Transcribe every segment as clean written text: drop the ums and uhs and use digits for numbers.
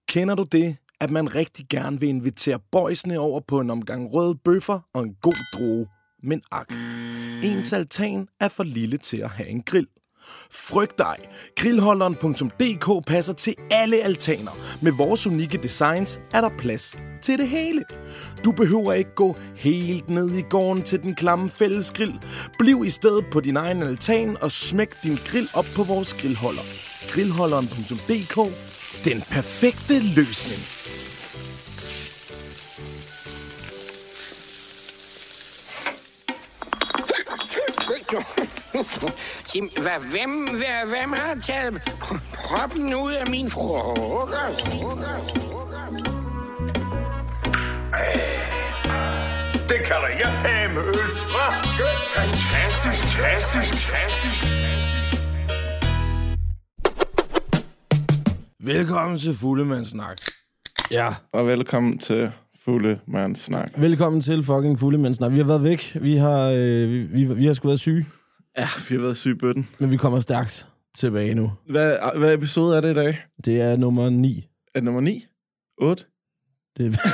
Kender du det, at man rigtig gerne vil invitere boysene over på en omgang røde bøffer og en god droge? Men ak, ens altan er for lille til at have en grill. Frygt dig, grillholderen.dk passer til alle altaner. Med vores unikke designs er der plads til det hele. Du behøver ikke gå helt ned i gården til den klamme fællesgrill. Bliv i stedet på din egen altan og smæk din grill op på vores grillholder. Grillholderen.dk, den perfekte løsning. Hvem har taget proppen ud af min frokost? Det kalder jeg fandme øl. Skønt, fantastisk. Velkommen til Fuldemandssnak. Ja, Og velkommen til Fuldemandssnak. velkommen til fucking Fuldemandssnak. Vi har været væk. Vi har sgu været syge, Ja, vi har været syge i bøtten. men vi kommer stærkt tilbage nu. Hvad episode er det i dag? Det er nummer 9. Er det nummer 9? 8? Det er...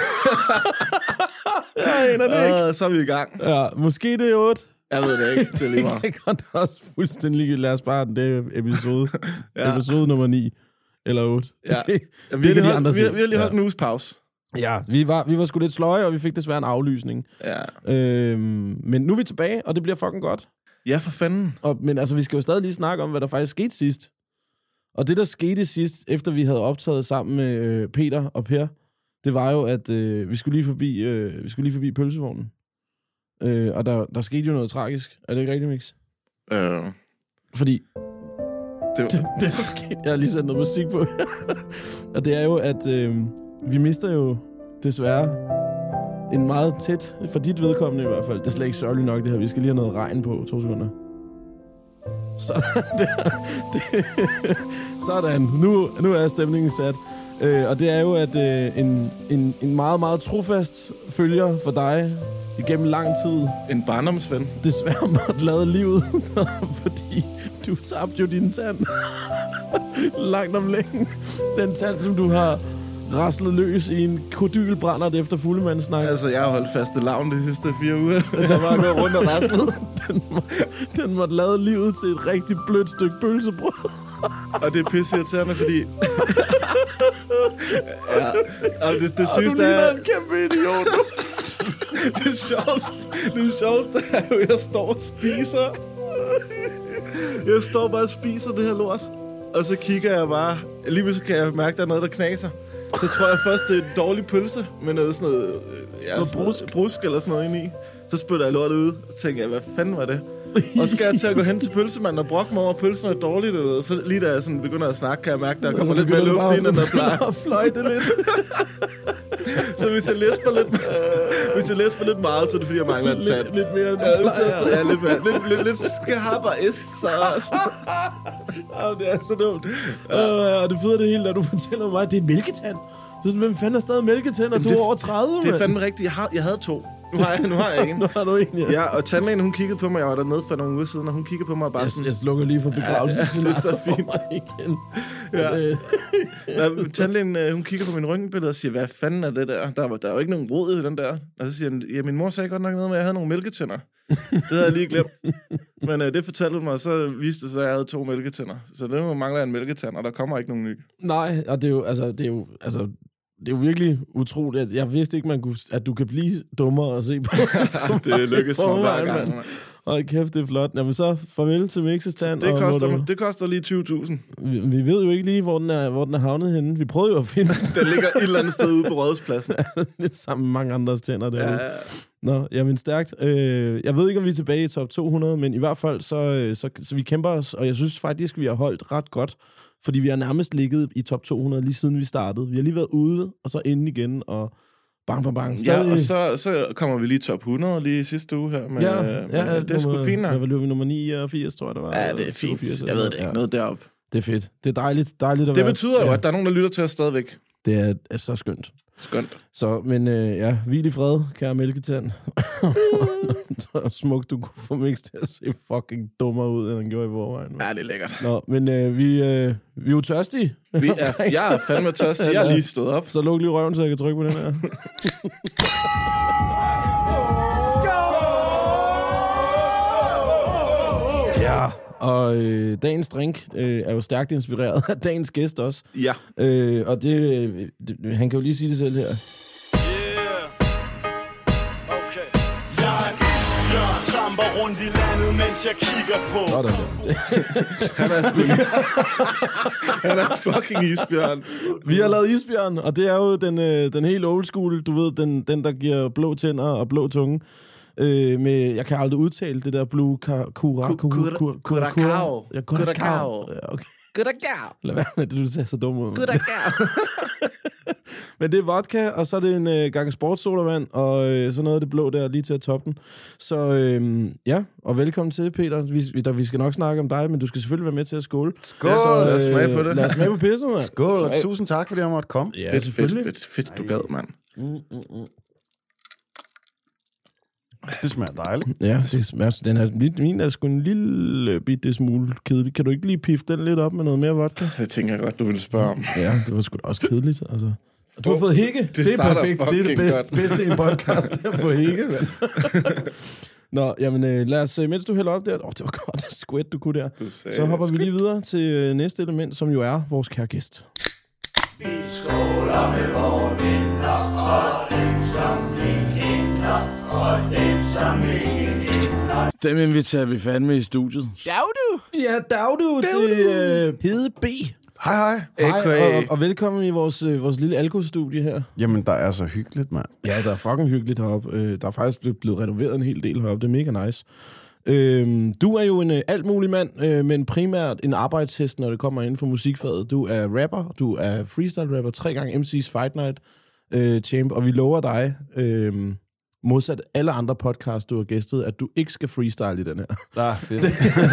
Jeg aner det ikke. Så er vi i gang. Ja, måske det er 8. Jeg ved det ikke, til lige meget. Det er også fuldstændig ligegyldigt. Lad os bare det episode. Ja. Episode nummer 9. Eller 8. Ja. Det Vi har kan de andre lige sige. holdt en uges pause. Ja, vi var sgu lidt sløje, og vi fik desværre en aflysning. Ja. Men nu er vi tilbage, og det bliver fucking godt. Ja, for fanden. Men altså, vi skal jo stadig lige snakke om, hvad der faktisk skete sidst. Og det, der skete sidst, efter vi havde optaget sammen med Peter og Per, det var jo, at vi skulle lige forbi pølsevognen. Og der skete jo noget tragisk. Er det ikke rigtigt, Mix? Fordi Det det der skete, jeg har lige sat noget musik på. Og det er jo, at vi mister jo desværre en meget tæt, for dit vedkommende i hvert fald. Det er slet ikke sørgeligt nok, det her. Vi skal lige have noget regn på 2 sekunder. Sådan. Nu er stemningen sat. Og det er jo, at en meget, meget trofast følger for dig igennem lang tid En barndomsven. desværre måtte lade livet, fordi du tabte jo din tand langt om længe. Den tand, som du har raslet løs i en kodylbrændert efter Fuldemandssnak. Altså, jeg har holdt faste lavn de sidste 4 uger. Der var gået rundt og raslet. Den måtte lade livet til et rigtig blødt stykke pølsebrød. Og det er pisseirriterende, fordi... ja, og det Og du sygeste er... ligner en kæmpe idiot. Det sjoveste er jo, at jeg står og spiser. Jeg står bare og spiser det her lort. Og så kigger jeg bare. Lige pludselig kan jeg mærke, at der er noget, der knaser. Så tror jeg først, det er en dårlig pølse med noget sådan noget... Noget brusk eller sådan noget indeni. Så spytter jeg lortet ud. Og tænker jeg, hvad fanden var det? Og så skal jeg til at gå hen til pølsemanden og brokke mig over, at pølsen er dårligt. Og så lige da jeg sådan begynder at snakke, kan jeg mærke, at der kommer lidt mere luft ind, end der plejer. Og fløjte lidt. Så hvis jeg læser lidt meget, så er det fordi, jeg mangler en tand. Lidt mere. Ja, lidt skarper så. Det er så dumt. Og det fede af det hele, da du fortæller mig, at det er en mælketand. Så sådan, hvem fanden er stadig mælketand, og du er over 30, Det er fandme rigtigt. Jeg havde 2. Nu har jeg en. Nu har du en, ja. Ja, og tandlægen, hun kiggede på mig. Jeg var dernede for nogle uger siden, og hun kiggede på mig og bare sådan... Jeg slukker lige for begravelsen. Ja, det er så fint. Igen. Ja. Tandlægen, hun kigger på min røntgenbillede og siger, hvad fanden er det der? Der er jo ikke nogen rod i den der. Og så siger hun, ja, min mor sagde godt nok noget med, at jeg havde nogle mælketænder. Det havde jeg lige glemt. Men det fortalte hun mig, og så viste det sig, at jeg havde 2 mælketænder. Så det mangler en mælketand, og der kommer ikke nogen ny. Nej, og det er jo virkelig utroligt. Jeg vidste ikke, at du kan blive dummere at se på. Det lykkes mig hver gang. Og kæft, det er flot. Jamen så, farvel til Mixes tand. Det koster lige 20.000. Vi ved jo ikke lige, hvor den er havnet henne. Vi prøvede jo at finde Den ligger et eller andet sted ude på Rådhuspladsen. lidt sammen med mange andres tænder derude. Ja. Nå, jamen stærkt. Jeg ved ikke, om vi er tilbage i top 200, men i hvert fald, så vi kæmper os, og jeg synes faktisk, vi har holdt ret godt, fordi vi har nærmest ligget i top 200 lige siden vi startede. Vi har lige været ude, og så inde igen, og bang. Stadig... Ja, og så kommer vi lige top 100 lige sidste uge her. Men, det er sgu fint nok. Hvad var vi nummer 89, tror jeg, det var? Ja, det er fint. 87, jeg ved det ikke. Noget deroppe. Det er fedt. Det er dejligt at Det være... betyder jo, at der er nogen, der lytter til os stadigvæk. Det er så skønt. Skønt. Så, men ja, hvil i fred, kære mælketand. Så smukt, du kunne få Mix til at se fucking dummere ud, end han gjorde i forvejen. Ja, det er lækkert. Nå, men vi er jo tørstige. Jeg er fandme tørstig. Jeg er lige stået op. Så luk lige røven, så jeg kan trykke på den her. Ja, og dagens drink er jo stærkt inspireret af dagens gæst også. Ja. Og det, han kan jo lige sige det selv her. Tramper rundt i landet, mens jeg kigger på. Sådan der. Han er fucking isbjørn. Vi har lavet isbjørn, og det er jo den helt old school, du ved, den der giver blå tænder og blå tunge. Med, jeg kan aldrig udtale det der blue Curacao. Okay. Lad være med det, du ser så dum ud. Men det er vodka, og så er det en gang sportssodavand, og så noget af det blå der lige til at toppe den. Så ja, og velkommen til, Peter. Vi skal nok snakke om dig, men du skal selvfølgelig være med til at skåle. Skål! Så, lad os smage på det. Lad os smage på pisset, mand. Skål, og tusind tak, fordi jeg måtte komme. Ja, selvfølgelig. Fedt, du gad, mand. Det smager dejligt. Ja, det smager. Den her, min er sgu en lille bitte smule kedelig. Kan du ikke lige pifte den lidt op med noget mere vodka? Det tænker jeg godt, du ville spørge om. Ja, det var sgu da også kedeligt, altså. Du har fået hække. Det er perfekt. Det er det bedste i en podcast, at få hække, mand. Nå, jamen lad os, mens du hælder op der. Det var godt squat, du kunne der. Så hopper vi lige videre til næste element, som jo er vores kære gæst. Vi skåler med vore venner, og dem som vi kender, og dem som vi ikke kender. Dem inviterer vi fandme i studiet. Ja, dag du til Hede B. Hej. Hej, og velkommen i vores lille alkoholstudie her. Jamen, der er så hyggeligt, mand. Ja, der er fucking hyggeligt heroppe. Der er faktisk blevet renoveret en hel del heroppe. Det er mega nice. Du er jo en alt mulig mand, men primært en arbejdshest, når det kommer inden for musikfaget. Du er rapper, du er freestyle-rapper, 3 gange MC's Fight Night champ, og vi lover dig, modsat alle andre podcasts, du har gæstet, at du ikke skal freestyle i den her. Fedt.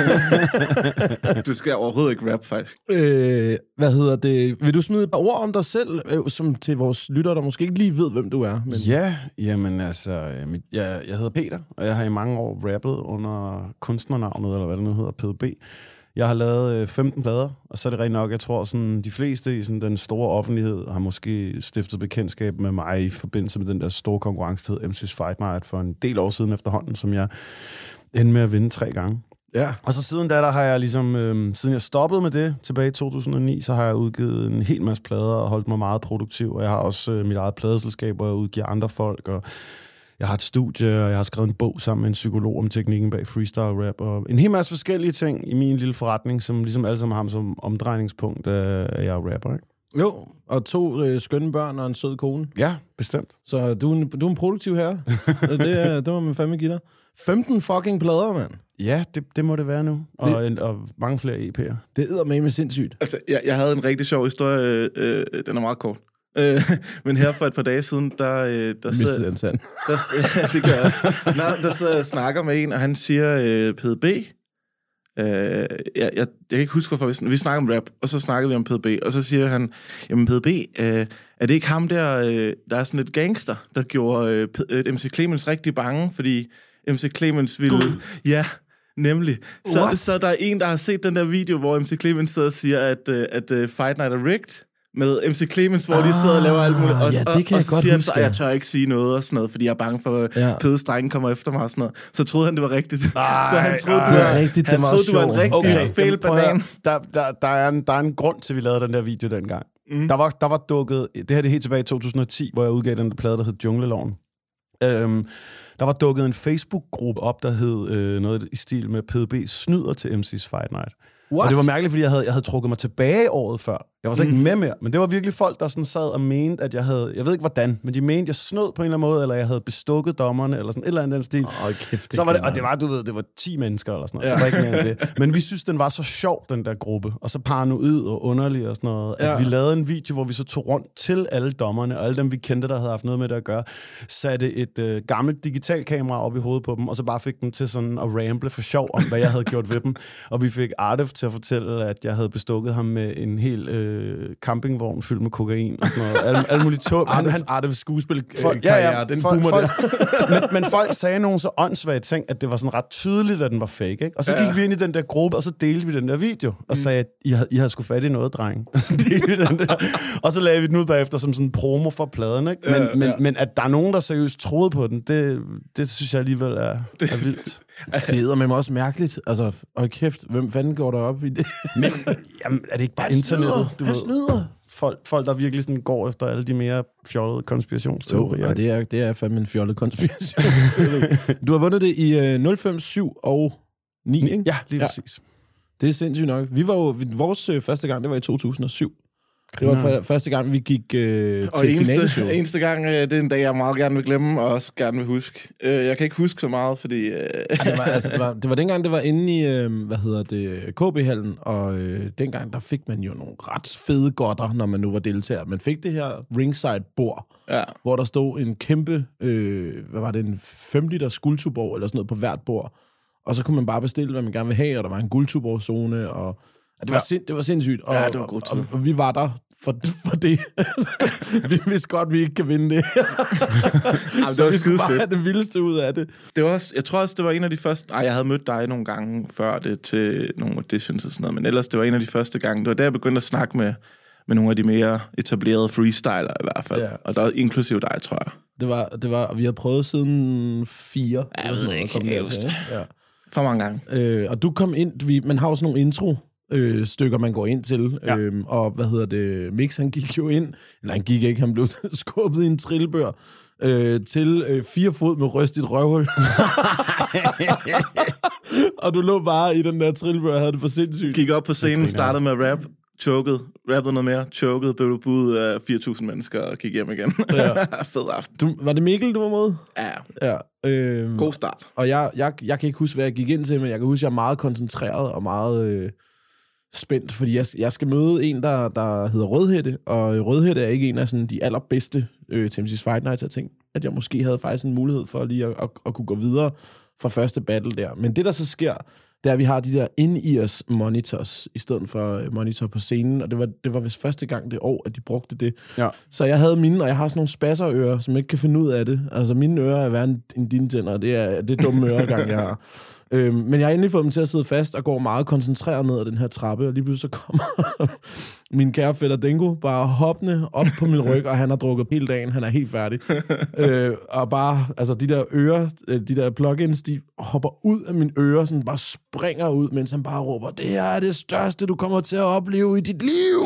Du skal overhovedet ikke rap, faktisk. Hvad hedder det? Vil du smide et par ord om dig selv, som til vores lyttere, der måske ikke lige ved, hvem du er? Men... Ja, jamen altså, jeg hedder Peter, og jeg har i mange år rappet under kunstnernavnet, eller hvad det nu hedder, PDB. Jeg har lavet 15 plader, og så er det rent nok, jeg tror, sådan, de fleste i sådan, den store offentlighed har måske stiftet bekendtskab med mig i forbindelse med den der store konkurrence, der hed MC's Fight Night, for en del år siden efterhånden, som jeg endte med at vinde 3 gange. Ja. Og så siden der har jeg ligesom, siden jeg stoppede med det tilbage i 2009, så har jeg udgivet en hel masse plader og holdt mig meget produktiv, og jeg har også mit eget pladeselskab, hvor jeg udgiver andre folk, og jeg har et studie, og jeg har skrevet en bog sammen med en psykolog om teknikken bag freestyle rap, og en hel masse forskellige ting i min lille forretning, som ligesom alle sammen har som omdrejningspunkt, at jeg er rapper, ikke? Jo, og 2 skønne børn og en sød kone. Ja, bestemt. Så du er en produktiv herre. Det må man fandme give dig. 15 fucking plader, mand. Ja, det må det være nu. Og mange flere EP'er. Det eddermame sindssygt. Altså, jeg havde en rigtig sjov historie. Den er meget kort. Men her for et par dage siden, der mistede en tand. Det gør jeg også. Der sidder jeg og snakker med en, og han siger PDB. Jeg kan ikke huske, hvorfor vi snakker om rap, og så snakker vi om PDB, og så siger han, jamen PDB, er det ikke ham der er sådan et gangster, der gjorde MC Clemens rigtig bange, fordi MC Clemens ville... Ja, nemlig. Så der er en, der har set den der video, hvor MC Clemens sidder og siger, at Fight Night er rigged, med MC Clemens, hvor de sidder og laver alt muligt. Og, ja, det kan og jeg så godt siger han huske. så, jeg tør ikke sige noget og sådan noget, fordi jeg er bange for, at pedestrengen kommer efter mig og sådan noget. Så troede han, det var rigtigt. Så han troede, du var en rigtig fail banan. Der er en grund til, at vi lavede den der video dengang. Der var dukket... Det her det er helt tilbage i 2010, hvor jeg udgav den der plade, der hed Jungleloven. Der var dukket en Facebook-gruppe op, der hed noget i stil med PDB snyder til MC's Fight Night. What? Og det var mærkeligt, fordi jeg havde trukket mig tilbage året før. Jeg var så ikke med mere, men det var virkelig folk, der sådan sad og mente, at jeg ved ikke hvordan, men de mente, jeg snød på en eller anden måde, eller jeg havde bestukket dommerne, eller sådan et eller andet den stil. Kæft, så var det, og det var, du ved, det var 10 mennesker, eller sådan noget. Ja. Det var ikke mere end det. Men vi synes, den var så sjov, den der gruppe, og så paranoid og underlig og sådan noget, at vi lavede en video, hvor vi så tog rundt til alle dommerne, og alle dem, vi kendte, der havde haft noget med det at gøre, satte et gammelt digitalkamera op i hovedet på dem, og så bare fik dem til sådan at ramble for sjov om, hvad jeg havde gjort ved dem. Og vi fik Artef til at fortælle, at jeg havde bestukket ham med en hel campingvogn fyldt med kokain og sådan noget. Alle mulige tog. Det skuespilkarriere, den boomer der. Men folk sagde nogle så åndssvage ting, at det var sådan ret tydeligt, at den var fake, ikke? Og så gik vi ind i den der gruppe, og så delte vi den der video, og sagde, at I havde sgu fat i noget, dreng. Så delte vi den der. Og så lagde vi den ud bagefter som sådan en promo for pladen, ikke? Men at der er nogen, der seriøst troede på den, det synes jeg alligevel er vildt. Det er med mig også mærkeligt. Altså, kæft, hvem fanden går der op i det? Men jamen, er det ikke bare internettet? Du ved, folk, der virkelig sådan går efter alle de mere fjollede konspirationsteorier. Jo, det er fandme en fjollet konspirationsteori. Du har vundet det i 05, 7 og 9, ikke? Ja, lige præcis. Det er sindssygt nok. Vi var jo, vores første gang, det var i 2007. Det var første gang, vi gik til finaleshow. Og eneste gang, det er en dag, jeg meget gerne vil glemme, og også gerne vil huske. Jeg kan ikke huske så meget, fordi... Det var dengang, det var inde i, KB-hallen, og dengang, der fik man jo nogle ret fede godter, når man nu var deltager. Man fik det her ringside-bord, hvor der stod en kæmpe, en 5 liters guldtuborg, eller sådan noget på hvert bord. Og så kunne man bare bestille, hvad man gerne vil have, og der var en guldtuborg-zone, og... Det var sindssygt, og, det var godt, og vi var der for det. Vi vidste godt, vi ikke kan vinde det. Så vi skulle bare have det vildeste ud af det. Det var også, jeg tror også, det var en af de første... jeg havde mødt dig nogle gange før det til nogle auditions og sådan noget, men ellers det var en af de første gange. Det var der, jeg begyndte at snakke med nogle af de mere etablerede freestyler i hvert fald. Ja. Og der var inklusive dig, tror jeg. Det var vi har prøvet siden 4. Jeg ved det ikke. For mange gange. Og du kom ind... Man har jo sådan nogle intro... stykker, man går ind til. Og Mix, han gik jo ind, eller han gik ikke, han blev skubbet i en trillebør til 4 fod med røst i et røvhul. Og du lå bare i den der trillebør og havde det for sindssygt. Gik op på scenen, startede med at rap, rappede noget mere, chokede, blev budet af 4.000 mennesker og gik hjem igen. Ja. Fed aften. Var det Mikkel, du var med? Ja. God start. Og jeg kan ikke huske, hvad jeg gik ind til, men jeg kan huske, at jeg er meget koncentreret og meget... spændt, fordi jeg skal møde en, der hedder Rødhætte, og Rødhætte er ikke en af sådan, de allerbedste til MC's Fight Nights. Jeg tænkte, at jeg måske havde faktisk en mulighed for lige at kunne gå videre fra første battle der. Men det, der så sker, det er, at vi har de der in-ears monitors, i stedet for monitor på scenen, og det var vist første gang det år, at de brugte det. Ja. Så jeg havde mine, og jeg har sådan nogle spasserører, som ikke kan finde ud af det. Altså, mine ører er værre end dine tænder, det er dumme øregang, jeg har. Men jeg har endelig fået dem til at sidde fast og går meget koncentreret ned ad den her trappe, og lige pludselig så kommer min kære fætter Dingo bare hoppende op på min ryg, og han har drukket hele dagen, han er helt færdig. Og bare, altså de der ører, de der plugins, de hopper ud af mine ører, sådan bare springer ud, mens han bare råber, det her er det største, du kommer til at opleve i dit liv.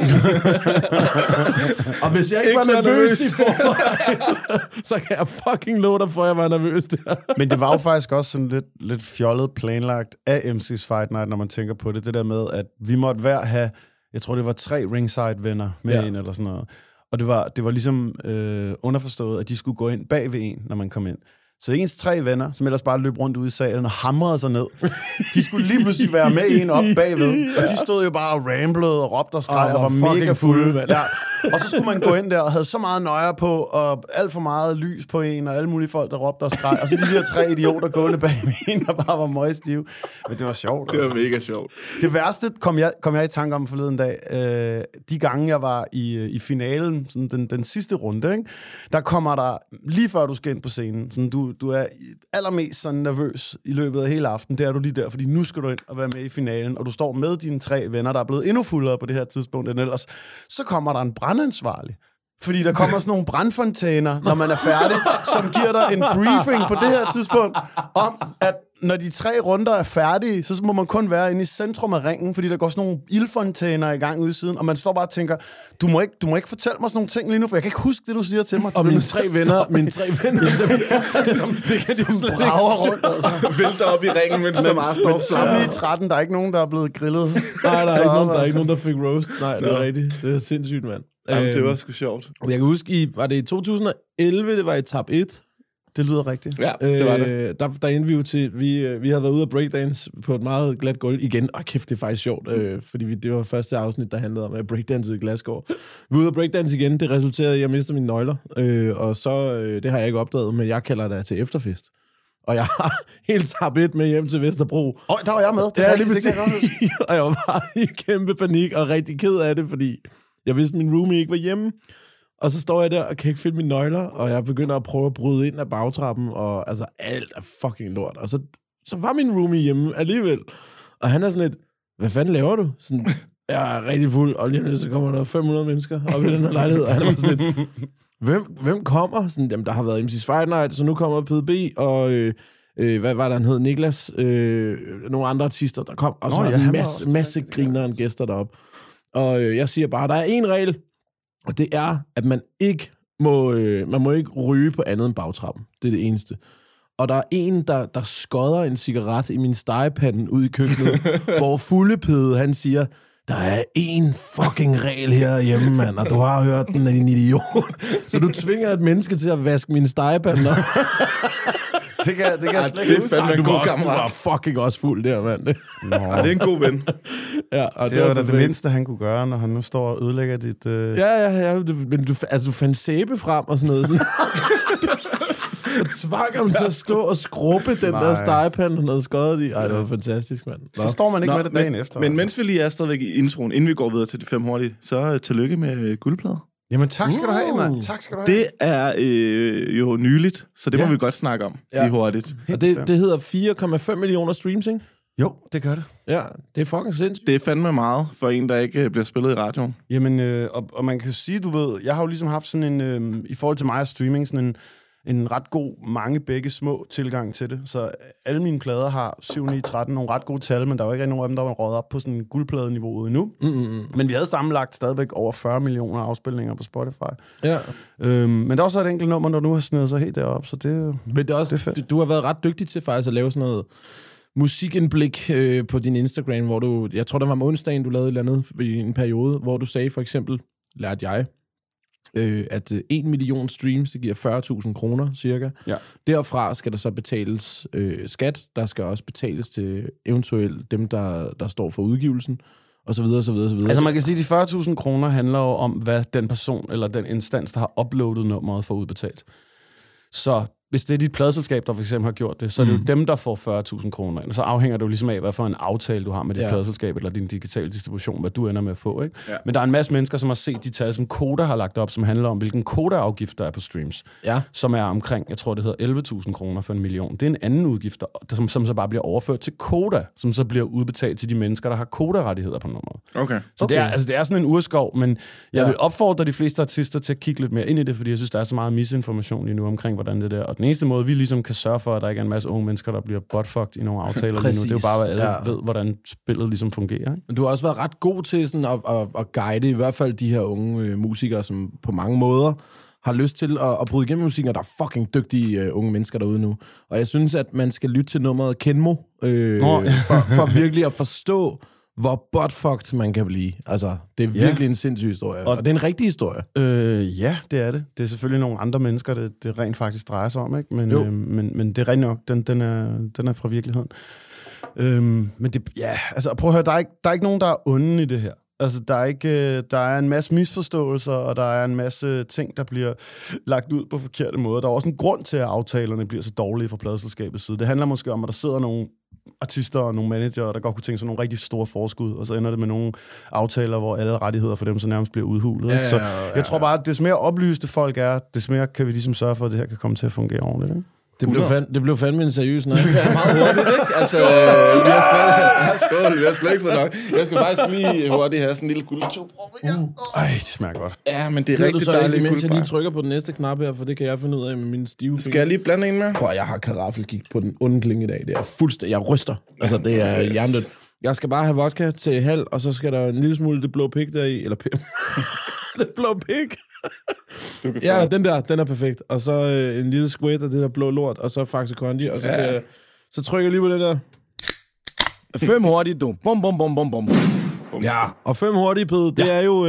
Og hvis jeg ikke var nervøs i forvejen, så kan jeg fucking love dig for, at jeg var nervøs der. Men det var jo faktisk også sådan lidt fjollet planlagt af MC's Fight Night, når man tænker på det. Det der med, at vi måtte hver have, jeg tror det var 3 ringside-venner med en eller sådan noget. Og det var ligesom underforstået, at de skulle gå ind bag ved en, når man kom ind. Så ens 3 venner, som ellers bare løb rundt ude i salen og hamrede sig ned, de skulle lige pludselig være med en op bagved. Og de stod jo bare og ramblede og råbte og skreg og var mega fulde. Ja. Og så skulle man gå ind der og havde så meget nøjer på, og alt for meget lys på en, og alle mulige folk, der råbte og skreg. Og så de der 3 idioter gående bag en, der bare var møgstive. Men det var sjovt. Det var mega sjovt. Det værste kom jeg i tanke om forleden dag. De gange, jeg var i finalen, sådan den sidste runde, ikke? Der kommer der, lige før du skal ind på scenen, sådan du er allermest sådan nervøs i løbet af hele aften, det er du lige der, fordi nu skal du ind og være med i finalen, og du står med dine 3 venner, der er blevet endnu fuldere på det her tidspunkt end ellers. Så kommer der en brandansvarlig. Fordi der kommer sådan nogle brandfontæner, når man er færdig, som giver dig en briefing på det her tidspunkt, om at når de 3 runder er færdige, så må man kun være inde i centrum af ringen, fordi der går sådan nogle ildfontæner i gang ude i siden, og man står bare og tænker, du må ikke fortælle mig sådan nogle ting lige nu, for jeg kan ikke huske det, du siger til mig. Og mine 3 venner, det kan de jo brager rundt, altså. Vælter op i ringen, mens der bare står sammen i 13, der er ikke nogen, der er blevet grillet. Nej, der er ikke nogen, der fik roast. Nej, det er rigtigt. Det er sindssygt, mand. Jamen, det var sgu sjovt. Jeg kan huske, var det i 2011, det var i tab 1? Det lyder rigtigt. Ja, det var det. Der endte vi jo til, vi havde været ude at breakdance på et meget glat gulv igen. Kæft, det er faktisk sjovt, fordi det var første afsnit, der handlede om at breakdance i Glasgow. Vi var ude at breakdance igen, det resulterede i, at jeg mistede mine nøgler. Og så, det har jeg ikke opdaget, men jeg kalder det til efterfest. Og jeg har helt tabet med hjem til Vesterbro. Der var jeg med. Det er lige præcis. Og jeg var bare i kæmpe panik og rigtig ked af det, fordi Jeg vidste, min roomie ikke var hjemme. Og så står jeg der og kan ikke finde mine nøgler, og jeg begynder at prøve at bryde ind af bagtrappen, og altså alt er fucking lort. Og så var min roomie hjemme alligevel. Og han er sådan lidt, hvad fanden laver du? Sådan, jeg er rigtig fuld, og lige nu så kommer der 500 mennesker op i den her lejlighed. Og han var sådan lidt, hvem kommer? Sådan, dem, der har været MC's Fight Night, så nu kommer PDB, og hvad var der, han hed? Niklas, nogle andre artister, der kom, og så er der en masse grinere end gæster deroppe. Og jeg siger bare, der er en regel, og det er, at man må ikke ryge på andet end bagtrappen. Det er det eneste. Og der er en, der skodder en cigaret i min stegepanden ud i køkkenet, hvor Fullepede, han siger, der er en fucking regel herhjemme, mand, og du har hørt den af din idiot. Så du tvinger et menneske til at vaske min stegepande op. Det kan jeg slet ikke huske. Du var fucking også fuld der, mand. Det er en god ven. Ja, og det var det mindste, han kunne gøre, når han nu står og ødelægger dit... Ja. Men du fandt sæbe frem og sådan noget. Og tvang ham til at stå og skrubbe den der stegepande, han havde skåret i. Ej, det var fantastisk, mand. Så står man ikke med det dagen efter. Men mens vi lige er stadigvæk i introen, inden vi går videre til de 5 hurtige, så tillykke med guldplader. Jamen tak skal du have, mand. Tak skal du have. Det er jo nyligt, så det må vi godt snakke om lige hurtigt. Og det hedder 4,5 millioner streams, ikke? Jo, det gør det. Ja, det er fucking sindssygt. Det er fandme meget for en, der ikke bliver spillet i radioen. Jamen, og man kan sige, du ved, jeg har jo ligesom haft sådan en, i forhold til mig og streaming, sådan en ret god, mange begge små tilgang til det. Så alle mine plader har 7, 9, 13, nogle ret gode tal, men der var ikke nogen af dem, der var røget op på sådan guldpladeniveauet endnu. Men vi havde sammenlagt stadigvæk over 40 millioner afspilninger på Spotify. Ja. Men der er også et enkelt nummer, der nu har snedet sig helt derop, så det, men det er også, det er fedt. Du har været ret dygtig til faktisk at lave sådan noget musikindblik på din Instagram, hvor du, jeg tror, det var om onsdagen, du lavede et eller andet i en periode, hvor du sagde for eksempel, lærte jeg, at 1 million streams, det giver 40.000 kroner cirka. Ja. Derfra skal der så betales skat, der skal også betales til eventuelt dem, der står for udgivelsen, og så videre, så videre, så videre. Altså man kan sige, at de 40.000 kroner handler jo om, hvad den person eller den instans, der har uploadet nummeret, får udbetalt. Så hvis det er dit pladeselskab, der for eksempel har gjort det, så er det jo dem, der får 40.000 kroner ind. Og så afhænger det jo ligesom af, hvad for en aftale du har med dit pladeselskab, eller din digitale distribution, hvad du ender med at få, ikke? Ja. Men der er en masse mennesker, som har set de tal, som Koda har lagt op, som handler om, hvilken Koda-afgift der er på streams. Ja. Som er omkring, jeg tror det hedder 11.000 kroner for 1 million. Det er en anden udgift, som så bare bliver overført til Koda, som så bliver udbetalt til de mennesker, der har Koda-rettigheder på nummeret. Okay. Så det er sådan en urskov, men jeg vil opfordre de fleste artister til at kigge lidt mere ind i det, fordi jeg synes, der er så meget misinformation lige nu omkring, hvordan det der. Og den eneste måde, vi ligesom kan sørge for, at der ikke er en masse unge mennesker, der bliver buttfucked i nogle aftaler lige nu. Det er jo bare, at alle ved, hvordan spillet ligesom fungerer. Ikke? Du har også været ret god til sådan at guide i hvert fald de her unge musikere, som på mange måder har lyst til at bryde igennem musikken, og der er fucking dygtige unge mennesker derude nu. Og jeg synes, at man skal lytte til nummeret Kenmo, for virkelig at forstå, hvor buttfucked man kan blive. Altså, det er virkelig en sindssyg historie. Og det er en rigtig historie. Ja, det er det. Det er selvfølgelig nogle andre mennesker, det rent faktisk drejer sig om, ikke? Men det er rent nok, den er fra virkeligheden. Men det, altså prøv at høre, der er ikke nogen, der er onde i det her. Altså, der er en masse misforståelser, og der er en masse ting, der bliver lagt ud på forkerte måder. Der er også en grund til, at aftalerne bliver så dårlige fra pladeselskabets side. Det handler måske om, at der sidder nogle artister og nogle manager, der godt kunne tænke sig nogle rigtig store forskud, og så ender det med nogle aftaler, hvor alle rettigheder for dem så nærmest bliver udhulet. Ja, så jeg tror bare, at des mere oplyste folk er, des mere kan vi ligesom sørge for, at det her kan komme til at fungere ordentligt. Ikke? Det blev fandme en seriøs snak. Ja, meget hurtigt, ikke? Altså, vi har slet ikke fået nok. Jeg skal faktisk lige hurtigt have sådan en lille guldtub. Ej, det smager godt. Ja, men det er rigtig dejligt guldbar. Mens jeg lige trykker på den næste knap her, for det kan jeg finde ud af med mine stive fingre. Skal jeg lige blande en med? Prøv, jeg har karaffelgik på den onde klinge i dag. Det er fuldstændig... Jeg ryster. Altså, det er hjernedødt. Jeg skal bare have vodka til halv, og så skal der en lille smule det blå pik deri. Eller det blå pik. Ja, den er perfekt. Og så en lille squid af det der blå lort, og så Faxe Kondi, og så, så trykker jeg lige på det der. 5 hurtigt, du. Bum, bum, bum, bum, bum. Ja, og 5 hurtige, Pede, det er jo,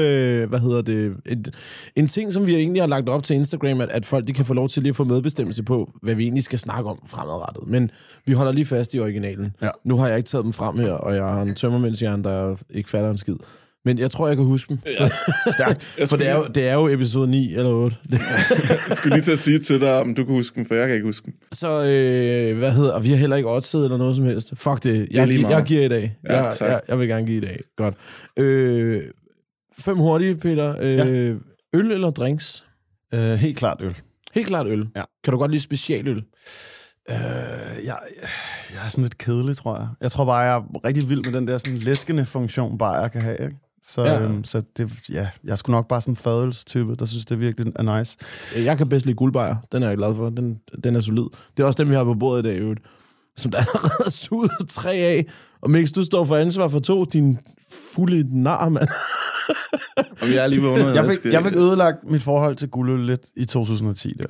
en ting, som vi egentlig har lagt op til Instagram, at folk de kan få lov til lige at få medbestemmelse på, hvad vi egentlig skal snakke om fremadrettet. Men vi holder lige fast i originalen. Ja. Nu har jeg ikke taget dem frem her, og jeg har en tømmermændshjerne, der ikke fatter en skid. Men jeg tror, jeg kan huske dem. Ja. Stærkt. For det er jo episode 9 eller 8. Jeg skulle lige til at sige til dig, om du kan huske dem, for jeg kan ikke huske dem. Så, vi har heller ikke oddset eller noget som helst. Fuck det. Jeg giver i dag. Ja, jeg vil gerne give i dag. Godt. 5 hurtige, Peter. Øl eller drinks? Helt klart øl. Helt klart øl. Ja. Kan du godt lide specialøl? Jeg er sådan lidt kedelig, tror jeg. Jeg tror bare, jeg er rigtig vild med den der sådan læskende funktion, bare jeg kan have, ikke? Så det, jeg er sgu nok bare sådan en fadølstype, der synes, det virkelig er nice. Jeg kan bedst lide guldbajer. Den er jeg glad for. Den er solid. Det er også den, vi har på bordet i dag, øvrigt. Som der allerede er suget 3 af. Og Mix, du står for ansvar for 2. Din fulde nar, mand. Og jeg er lige vågnet. Jeg fik ødelagt mit forhold til guldøl lidt i 2010. Der.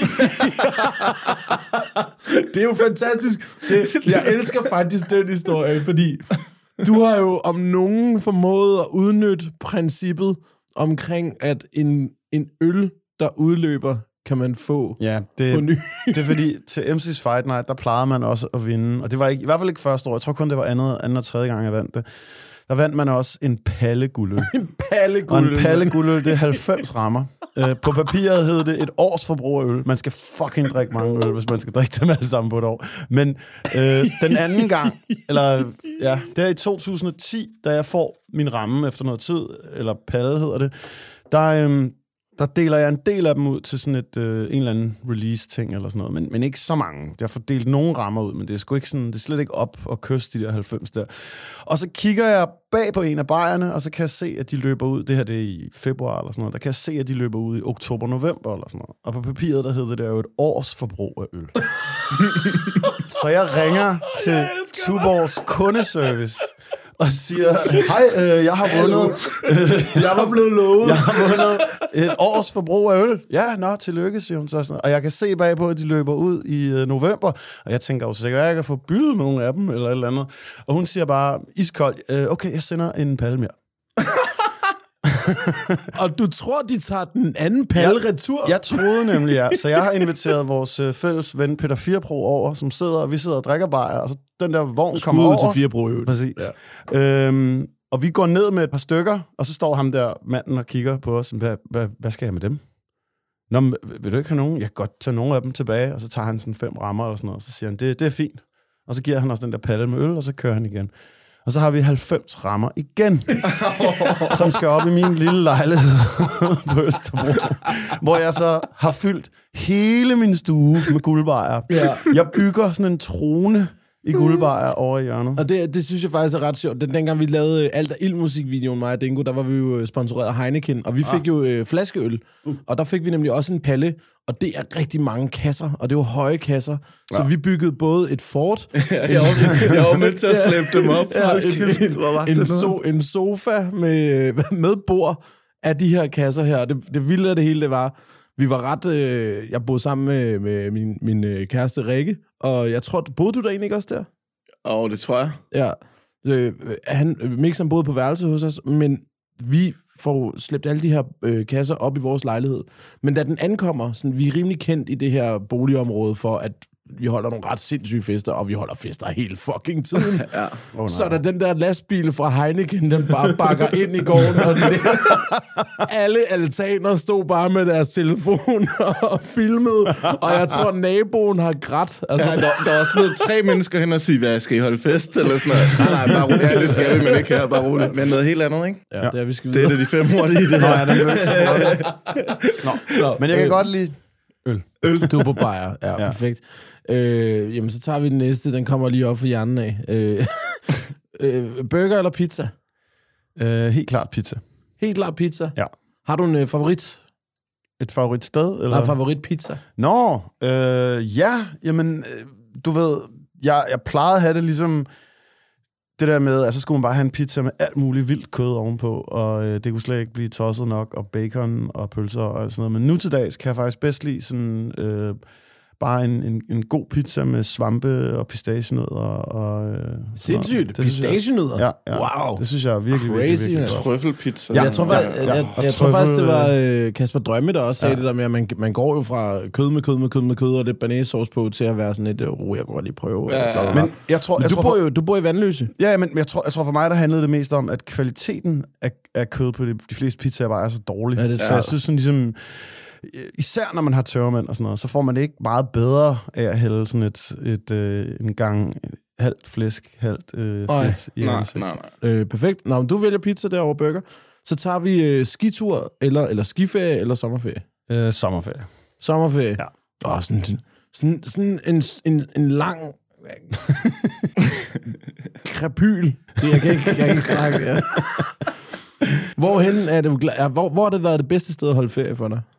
Det er jo fantastisk. Jeg elsker faktisk den historie, fordi du har jo om nogen formået at udnytte princippet omkring, at en øl, der udløber, kan man få på ny. Det er fordi, til MC's Fight Night, der plejede man også at vinde. Og det var ikke, i hvert fald ikke første år. Jeg tror kun, det var anden og tredje gang, jeg vandt det. Der vandt man også en palle guldøl. En palle guldøl. Og en palle guldøl, det er 90 rammer. På papiret hed det et års forbrug af øl. Man skal fucking drikke mange øl, hvis man skal drikke dem alle sammen på et år. Men den anden gang, det er i 2010, da jeg får min ramme efter noget tid, eller palle hedder det, der deler jeg en del af dem ud til sådan en eller anden release-ting eller sådan noget, men ikke så mange. Jeg får delt nogle rammer ud, men det er sgu ikke sådan, det er slet ikke op at kysse de der 90 der. Og så kigger jeg bag på en af bajerne, og så kan jeg se, at de løber ud, det her det er i februar eller sådan noget, der kan jeg se, at de løber ud i oktober-november eller sådan noget. Og på papiret, der hedder det jo et års forbrug af øl. Så jeg ringer til Tuborgs kundeservice, og siger, hej, jeg har vundet... Jeg var blevet lovet. Jeg har vundet et års forbrug af øl. Ja, tillykke, siger hun så sådan. Og jeg kan se bagpå, at de løber ud i november. Og jeg tænker jo sikkert, at jeg kan få byttet nogle af dem, eller et eller andet. Og hun siger bare, iskold, okay, jeg sender en palle mere. Og du tror, de tager den anden palle retur? Jeg troede nemlig, ja. Så jeg har inviteret vores fælles ven Peter Firpro over, som vi sidder og drikker bajer, og så den der vogn kommer over. Skud til Firpro, jo. Præcis. Ja. Og vi går ned med et par stykker, og så står ham der manden og kigger på os. Hvad skal jeg med dem? Nå, men, vil du ikke have nogen? Jeg kan godt tage nogle af dem tilbage, og så tager han sådan 5 rammer eller sådan noget, og så siger han, det er fint. Og så giver han også den der palle med øl, og så kører han igen. Og så har vi 90 rammer igen, som skal op i min lille lejlighed på Østerbro, hvor jeg så har fyldt hele min stue med guldbajer. Ja. Jeg bygger sådan en trone i guldbajer over i hjørnet. Og det synes jeg faktisk er ret sjovt. Dengang vi lavede Alt og Ild-musikvideoen, mig og Dingo, der var vi jo sponsoreret af Heineken, og vi fik jo flaskeøl. Og der fik vi nemlig også en palle, og det er rigtig mange kasser, og det var høje kasser. Så vi byggede både et fort... Jeg var med til at slæbe dem op. En sofa med bord af de her kasser her. Det vilde af det hele, det var... Vi var ret... jeg boede sammen med min kæreste Rikke, og jeg tror, boede du der egentlig ikke også der? Det tror jeg. Ja. Mix boede på værelse hos os, men vi får slæbt alle de her kasser op i vores lejlighed. Men da den ankommer, sådan, vi er rimelig kendt i det her boligområde for, at vi holder nogle ret sindssyge fester, og vi holder fester hele fucking tiden. Ja. Så der den der lastbil fra Heineken, den bare bakker ind i gården, og alle altaner stod bare med deres telefon og filmede, og jeg tror, naboen har grædt. Altså, ja, der var sådan noget 3 mennesker hen og sige, hvad, skal I holde fest, eller sådan noget? Nej, bare roligt. Ja, det skal vi, men ikke her, bare roligt. Men noget helt andet, ikke? Ja, det er vi skal det er de 5 ord i det. Nå, ja, den men jeg kan godt lide øl. Du på bajer. Ja, perfekt. Jamen, så tager vi den næste. Den kommer lige op for hjernen af. Burger eller pizza? Helt klart pizza. Helt klart pizza? Ja. Har du en favorit? Et favoritsted? Eller? Nej, favorit pizza. Nå, ja. Jamen, du ved, jeg plejede at have det ligesom... Det der med, altså så skulle man bare have en pizza med alt muligt vildt kød ovenpå, og det kunne slet ikke blive tosset nok, og bacon og pølser og sådan noget. Men nu til dags kan jeg faktisk bedst lide sådan, bare en god pizza med svampe og pistachienødder. Sindssygt, pistachienødder? Ja. Wow. Det synes jeg er virkelig, crazy, virkelig trøffelpizza. Ja, jeg tror faktisk, det var Kasper Drømme, der også sagde det der med, at man går jo fra kød og lidt banæssauce på, til at være sådan et, jeg kunne godt lige prøve. Ja. Men jeg tror, du bor i Vandløse. Ja, men jeg tror for mig, der handlede det mest om, at kvaliteten af kød på de fleste pizzaer bare er så dårlig. Ja, så jeg synes sådan ligesom... Især når man har tørmand og sådan noget, så får man det ikke meget bedre af at hælde sådan en gang halvt flæsk, halvt fedt i ansigtet. Nej. Perfekt. Nå, men du vælger pizza derovre burger. Så tager vi skitur, eller skiferie, eller sommerferie. Sommerferie. Sommerferie. Ja. Sådan en lang krapyl. Jeg kan ikke snakke. Ja. Hvorhen er det, hvor har det været det bedste sted at holde ferie for dig?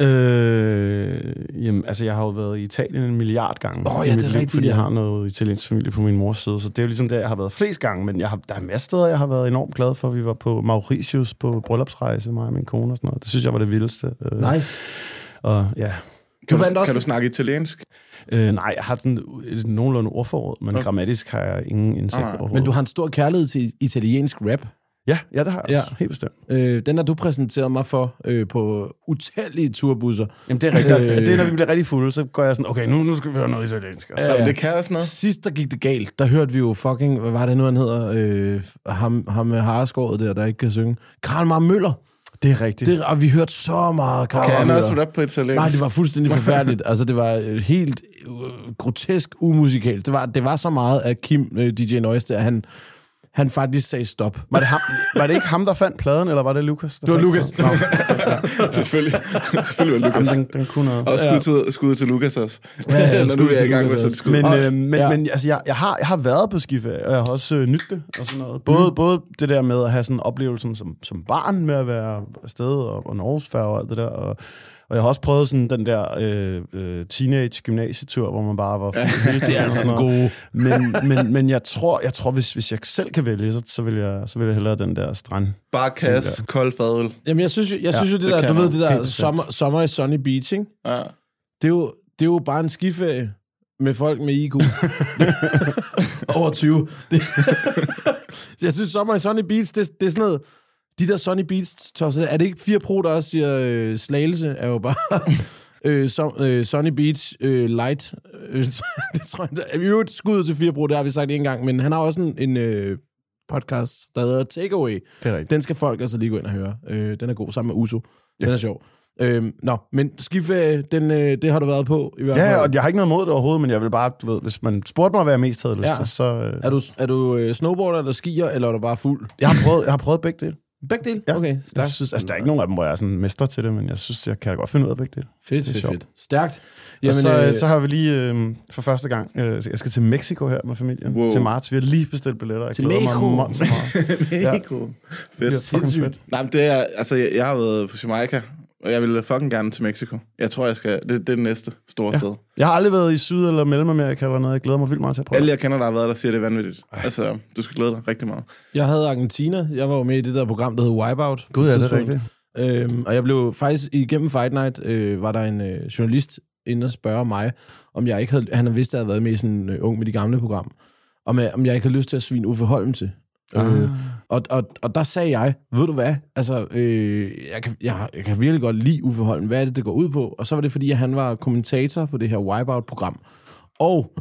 Jamen, altså, jeg har jo været i Italien 1 milliard gange. Ja, det er rigtigt. Fordi jeg har noget italiensk familie på min mors side, så det er jo ligesom der, jeg har været flest gange, men der er masser steder, jeg har været enormt glad for. Vi var på Mauritius på bryllupsrejse, mig og min kone og sådan noget. Det synes jeg var det vildeste. Nice. Og ja... Kan du snakke italiensk? Nej, jeg har et nogenlunde ordforråd, men grammatisk har jeg ingen indsigt overhovedet. Men du har en stor kærlighed til italiensk rap. Ja, det har jeg helt bestemt. Den har du præsenteret mig for på utallige turbusser. Jamen, det er rigtigt. Det er, når vi bliver rigtig fulde, så går jeg sådan, okay, nu skal vi høre noget italiensk. Det kan også noget. Sidst, der gik det galt, der hørte vi jo fucking, hvad var det nu, han hedder? Ham med hareskåret der ikke kan synge. Karl Mar Møller. Det er rigtigt. Og vi hørte så meget Karl Mar Møller. Kan han også rap på italiensk? Nej, det var fuldstændig forfærdeligt. Altså, det var helt grotesk umusikalt. Det var så meget af Kim, DJ Noise, at han faktisk sagde stop. Var det ikke ham, der fandt pladen, eller var det Lukas? Det var Lukas. Selvfølgelig var Lukas. Jamen, den kunne noget. Og skud til Lukas også. Ja, når du er i gang med sådan skud. Men altså, jeg har været på skiferie, og jeg har også nydt det og sådan noget. Både det der med at have sådan en oplevelse som barn med at være afsted og Norgesfærge og alt det der, og jeg har også prøvet sådan den der teenage-gymnasietur, hvor man bare var fuld. Det er sådan gode. Men jeg tror hvis jeg selv kan vælge, så vil jeg hellere den der strand. Bare kasse, kold fadøl. Jamen, jeg synes jo, det der, du ved, det der sommer i Sunny Beach, ikke? Ja. Det er jo bare en skiferie med folk med IQ. Over 20. Jeg synes, sommer i Sunny Beach, det er sådan noget... De der Sunny Beach-tosser, er det ikke 4 Pro, der også siger Slagelse, er jo bare Sunny Beach Light. Det tror jeg, vi øvrigt skud til 4 Pro, det har vi sagt en gang, men han har også en podcast, der hedder Takeaway. Den skal folk altså lige gå ind og høre. Den er god, sammen med Uso. Den er sjov. Men skiferie, det har du været på i hvert fald. Ja, og jeg har ikke noget mod det overhovedet, men jeg vil bare, du ved, hvis man spurgte mig, hvad jeg mest havde lyst til, så... Er du snowboarder eller skier, eller er du bare fuld? Jeg har prøvet begge dele. Begge dele? Ja. Okay, stærkt. Jeg synes, altså, der er ikke nogen af dem, hvor jeg er sådan mester til det, men jeg synes, jeg kan godt finde ud af begge dele. Fedt. Stærkt. Jamen, så har vi lige for første gang, jeg skal til Mexico her med familien, til marts. Vi har lige bestilt billetter. Til Mexico? Mexico. Fedt. Nej, men det er, altså, jeg har været på Jamaica, og jeg vil fucking gerne til Mexico. Jeg tror, jeg skal... Det er det næste store sted. Jeg har aldrig været i Syd- eller Mellemamerika eller noget. Jeg glæder mig vildt meget til at prøve. Alle, jeg kender, der har været der, siger, det er vanvittigt. Altså, du skal glæde dig rigtig meget. Jeg havde Argentina. Jeg var jo med i det der program, der hed Wipeout. Gud, ja, det er rigtigt. Og jeg blev faktisk... Igennem Fight Night var der en journalist inde og spørge mig, om jeg ikke havde... Han havde vidst, at jeg havde været med i sådan Ung med de gamle program. Om jeg ikke havde lyst til at svine Uffe Holm til. Og der sagde jeg, ved du hvad, altså, jeg kan virkelig godt lide Uffe Holm, hvad er det går ud på? Og så var det, fordi han var kommentator på det her Wipeout-program. Og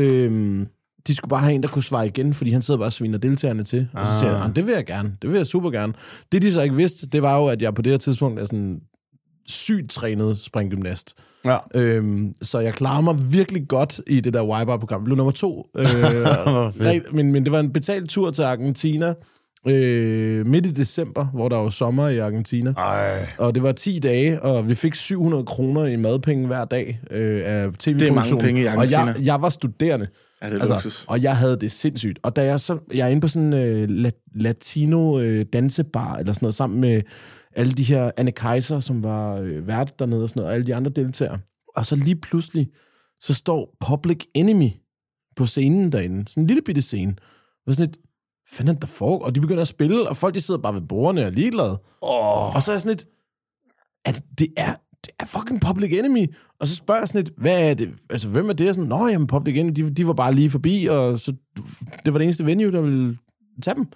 de skulle bare have en, der kunne svare igen, fordi han sidder bare og sviner deltagerne til. Og så siger jeg, det vil jeg gerne, det vil jeg super gerne. Det de så ikke vidste, det var jo, at jeg på det her tidspunkt er sådan sygt trænet springgymnast. Ja. Så jeg klarer mig virkelig godt i det der Wipeout-program. Jeg blev nummer 2. Men det var en betalt tur til Argentina midt i december, hvor der var sommer i Argentina. Ej. Og det var 10 dage, og vi fik 700 kroner i madpenge hver dag af tv-produktionen. Det er mange penge i Argentina. Og jeg var studerende. Ja, det er luksus. Og jeg havde det sindssygt. Og da jeg er inde på sådan en latino dansebar, eller sådan noget, sammen med alle de her Anne Kaiser, som var vært dernede og sådan noget, og alle de andre deltagere. Og så lige pludselig, så står Public Enemy på scenen derinde. Sådan en lille bitte scene. Og sådan et, fanden der foregår? Og de begynder at spille, og folk de sidder bare ved bordene og er ligeglade. Og så er jeg sådan et, at det er fucking Public Enemy. Og så spørger jeg sådan et, hvad er det? Altså, hvem er det? Og sådan, nå, jamen, Public Enemy, de var bare lige forbi, og så det var det eneste venue, der ville tage dem.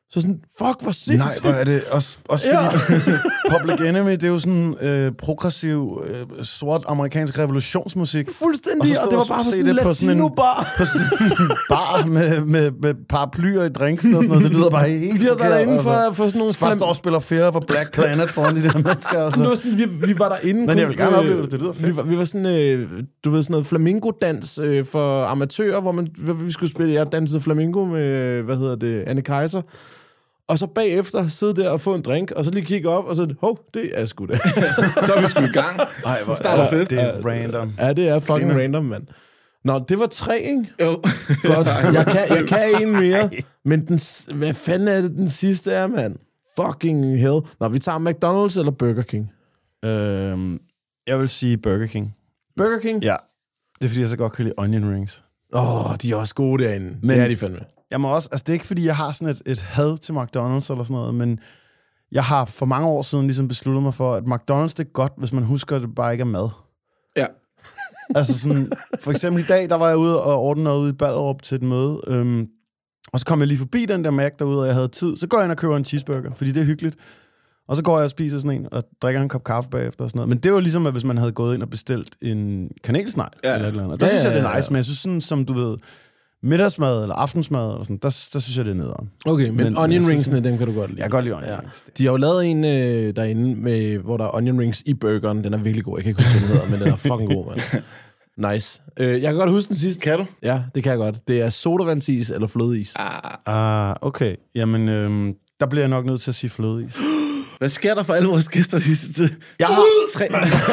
Så sådan, fuck, hvor sindssygt. Nej, hvor er det også fordi Public Enemy, det er jo sådan progressiv, sort amerikansk revolutionsmusik. Fuldstændig, og det var bare på sådan en latino-bar. På sådan en bar med paraplyer i drinksene og sådan noget. Det lyder bare helt Vi havde været derinde for sådan nogle... Første år spiller Fear for Black Planet foran de der mennesker. Og så. Det var sådan, vi var derinde. Men jeg vil gerne opleve det, det lyder fedt. Vi var sådan, du ved, sådan noget flamingo-dans for amatører, hvor vi skulle spille, jeg dansede flamingo med, Anne Kaiser. Og så bagefter sidde der og få en drink, og så lige kigge op, og så, det er sgu det. Så er vi sgu i gang. Ej, hvor starter fest. Det er random. Ja, det er fucking random, mand. Nå, det var 3, ikke? Jo. Godt. Jeg kan en mere, men hvad fanden er det, den sidste er, mand? Fucking hell. Nå, vi tager McDonald's eller Burger King? Jeg vil sige Burger King. Burger King? Ja. Det er, fordi jeg så godt kan lide onion rings. De er også gode derinde. Men det er de fandme. Jeg må også, altså det er ikke, fordi jeg har sådan et had til McDonald's eller sådan noget, men jeg har for mange år siden ligesom besluttet mig for, at McDonald's det er godt, hvis man husker, at det bare ikke er mad. Ja. Altså sådan, for eksempel i dag, der var jeg ude og ordne noget ude i Ballerup til et møde, og så kom jeg lige forbi den der Mac derude, og jeg havde tid. Så går jeg ind og køber en cheeseburger, fordi det er hyggeligt. Og så går jeg og spiser sådan en, og drikker en kop kaffe bagefter og sådan noget. Men det var ligesom, at hvis man havde gået ind og bestilt en kanelsnegl eller et eller andet. Der synes jeg, det er nice, men jeg synes sådan, som du ved, middagsmad eller aftensmad eller sådan, der synes jeg, det er nederen. Okay, men onion ringsene, dem kan du godt lide. Jeg kan godt lide onion rings. De har jo lavet en derinde, hvor der er onion rings i burgeren. Den er virkelig god. Jeg kan ikke huske, hvad den hedder, men den er fucking god, mand. Nice. Jeg kan godt huske den sidste. Kan du? Ja, det kan jeg godt. Det er sodavandsis eller flødeis. Okay. Jamen, der bliver jeg nok nødt til at sige flødeis. Hvad sker der for alle vores gæster sidste tid? Jeg har 3.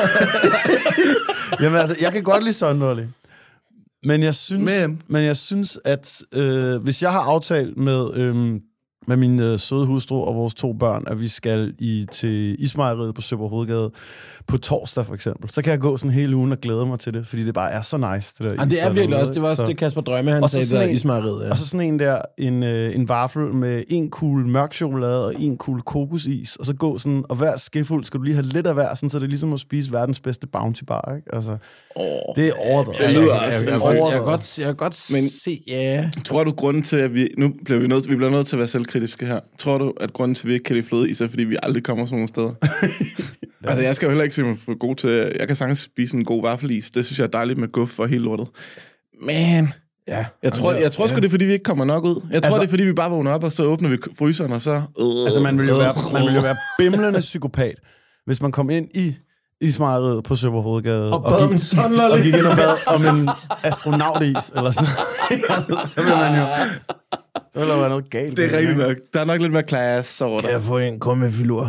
Jamen altså, jeg kan godt lide Sunderly. Men jeg synes, at hvis jeg har aftalt med min søde hustru og vores 2 børn, at vi skal til Ismejeriet på Søborg Hovedgade på torsdag for eksempel, så kan jeg gå sådan hele ugen og glæde mig til det, fordi det bare er så nice. Det, der det er virkelig også, det var også det Kasper Drømme, han sagde der Ismejeriet. Ja. Og så sådan en der, en vaffel med 1 kugle mørk chokolade og 1 kugle kokosis, og så gå sådan, og hver skefuld skal du lige have lidt af hver, sådan, så det er ligesom at spise verdens bedste Bounty Bar, ikke? Altså, det er overdrevet. Det lyder jeg kan godt se, ja. Tror du, grunden til, at vi bliver nødt til at være selvkritiske her, tror du, at grunden til, at vi ikke kan lide flødeis, er, fordi vi aldrig kommer sådan nogle steder? Altså, jeg skal jo heller ikke se mig for god til... Jeg kan sagtens spise en god vaffelis. Det synes jeg er dejligt med guf og hele lortet. Men... Ja. Jeg tror sgu, det er, fordi vi ikke kommer nok ud. Jeg tror, det er, fordi vi bare vågner op, og så åbner vi fryseren, og så... Altså, man vil jo være bimlende psykopat, hvis man kom ind i Ismejeriet på Søborg Hovedgade og gik ind og bad om en astronautis, eller sådan noget. Så vil man jo... Så vil der være noget galt. Det er rigtigt nok. Der er nok lidt mere class over der. Kan jeg få en kom med filur?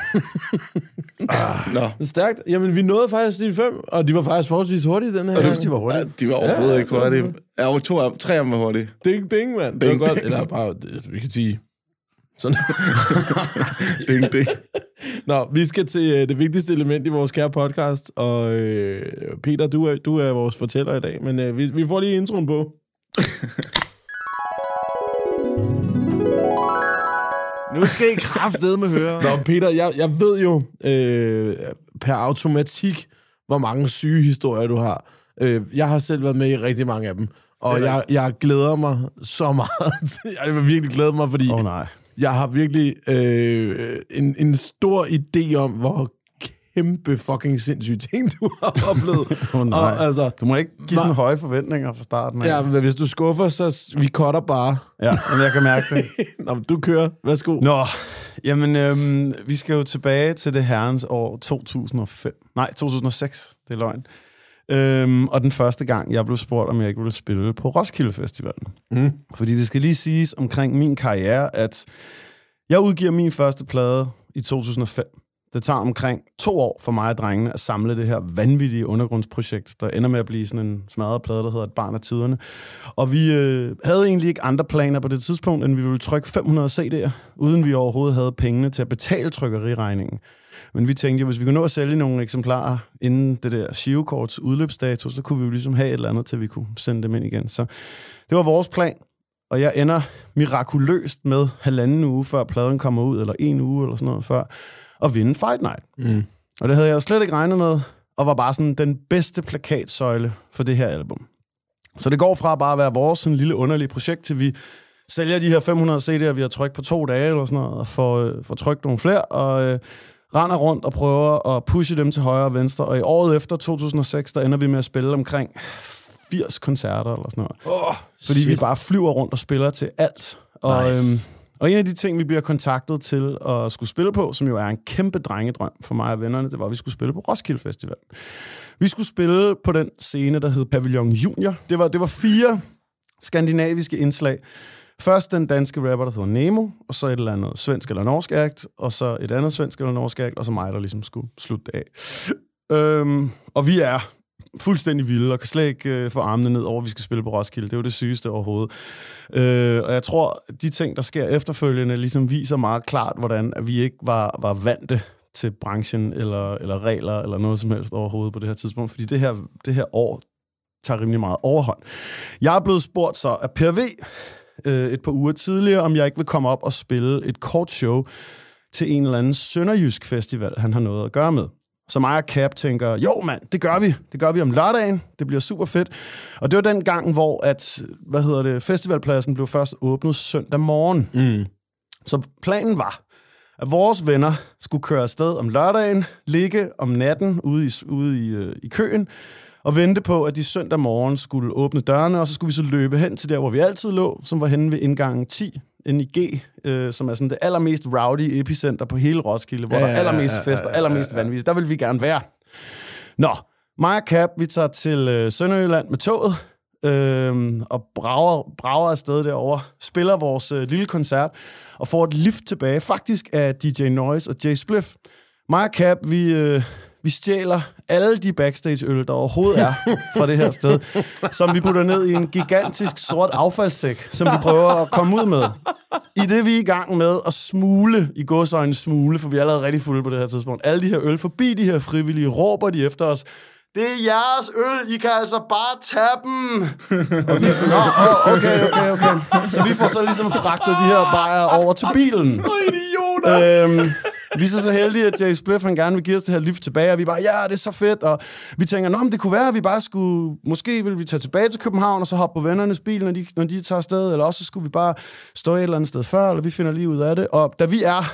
Nå. Stærkt. Jamen, vi nåede faktisk de 5, og de var faktisk forholdsvis hurtige den her. Og de var hurtige. Ja, de var overhovedet ikke hurtige. Ja, 3 af dem var hurtige. Ding, mand. Det var godt. Eller bare, vi kan sige... Sådan. Ding. Nå, vi skal til det vigtigste element i vores kære podcast, og Peter, du er vores fortæller i dag, men vi får lige introen på. Nu skal I kraftedeme høre. Nå, Peter, jeg ved jo per automatik, hvor mange syge historier du har. Jeg har selv været med i rigtig mange af dem, og jeg glæder mig så meget. Jeg vil virkelig glæde mig, fordi jeg har virkelig en stor idé om, hvor kæmpe fucking sindssyge ting, du har oplevet. Og, altså, du må ikke give sådan høje forventninger fra starten. Ja, men hvis du skuffer, så vi cutter bare. Ja, men jeg kan mærke det. Nå, du kører. Værsgo. Nå, jamen, vi skal jo tilbage til det herrens år 2005. Nej, 2006. Det er løgn. Og den første gang, jeg blev spurgt, om jeg ikke ville spille på Roskilde Festivalen. Fordi det skal lige siges omkring min karriere, at jeg udgiver min første plade i 2005. Det tager omkring 2 år for mig og drengene at samle det her vanvittige undergrundsprojekt, der ender med at blive sådan en smadret plade, der hedder Et barn af tiderne. Og vi havde egentlig ikke andre planer på det tidspunkt, end vi ville trykke 500 CD'er, uden vi overhovedet havde pengene til at betale trykkeriregningen. Men vi tænkte jo, hvis vi kunne nå at sælge nogle eksemplarer inden det der Shivekorts udløbsdato, så kunne vi jo ligesom have et eller andet, til vi kunne sende dem ind igen. Så det var vores plan, og jeg ender mirakuløst med 1,5 uge, før pladen kommer ud, eller 1 uge, eller sådan noget før, at vinde Fight Night. Og det havde jeg jo slet ikke regnet med, og var bare sådan den bedste plakatsøjle for det her album. Så det går fra bare at være vores sådan lille underlige projekt, til vi sælger de her 500 CD'er, vi har trykt på 2 dage eller sådan noget, og får trykt nogle flere, og render rundt og prøver at pushe dem til højre og venstre. Og i året efter, 2006, der ender vi med at spille omkring 80 koncerter eller sådan noget. Fordi vi bare flyver rundt og spiller til alt. Og, Nice. og en af de ting, vi bliver kontaktet til at skulle spille på, som jo er en kæmpe drengedrøm for mig og vennerne, det var, at vi skulle spille på Roskilde Festival. Vi skulle spille på den scene, der hed Pavillon Junior. Det var 4 skandinaviske indslag. Først den danske rapper, der hedder Nemo, og så et eller andet svensk eller norsk act, og så et andet svensk eller norsk act, og så mig, der ligesom skulle slutte det af. Og vi er fuldstændig vilde, og kan slet ikke få armene ned over, at vi skal spille på Roskilde. Det er jo det sygeste overhovedet. Og jeg tror, de ting, der sker efterfølgende, ligesom viser meget klart, hvordan at vi ikke var vante til branchen, eller regler, eller noget som helst overhovedet på det her tidspunkt, fordi det her år tager rimelig meget overhånd. Jeg er blevet spurgt så af Per V, et par uger tidligere, om jeg ikke vil komme op og spille et kort show til en eller anden sønderjysk festival, han har noget at gøre med. Så mig og Cap tænker, jo mand, det gør vi. Det gør vi om lørdagen. Det bliver super fedt. Og det var den gang, hvor festivalpladsen blev først åbnet søndag morgen. Mm. Så planen var, at vores venner skulle køre afsted om lørdagen, ligge om natten ude i køen, og vente på, at de søndag morgen skulle åbne dørene, og så skulle vi så løbe hen til der, hvor vi altid lå, som var henne ved indgangen 10, inde i G, som er sådan det allermest rowdy epicenter på hele Roskilde, hvor der er allermest fest og allermest vanvittigt. Der vil vi gerne være. Nå, mig og Cap, vi tager til Sønderjylland med toget, og brager afsted derovre, spiller vores lille koncert, og får et lift tilbage, faktisk af DJ Noise og Jay Spliff. Mig og Cap, vi stjæler alle de backstage-øl, der overhovedet er fra det her sted, som vi putter ned i en gigantisk sort affaldssæk, som vi prøver at komme ud med. I det, vi er i gang med at smule, i gåseøjne smule, for vi er allerede rigtig fulde på det her tidspunkt. Alle de her øl forbi de her frivillige, råber de efter os, det er jeres øl, I kan altså bare tage dem. Og vi er sådan, okay. Så vi får så ligesom fragtet de her bajer over til bilen. Idioter! Vi er så heldige, at Jay Spliff, han gerne vil give os det her lift tilbage, og vi bare, ja, det er så fedt, og vi tænker, men det kunne være, at vi bare skulle, måske ville vi tage tilbage til København, og så hoppe på vennernes bil, når de tager afsted, eller også skulle vi bare stå et eller andet sted før, eller vi finder lige ud af det. Og da vi er,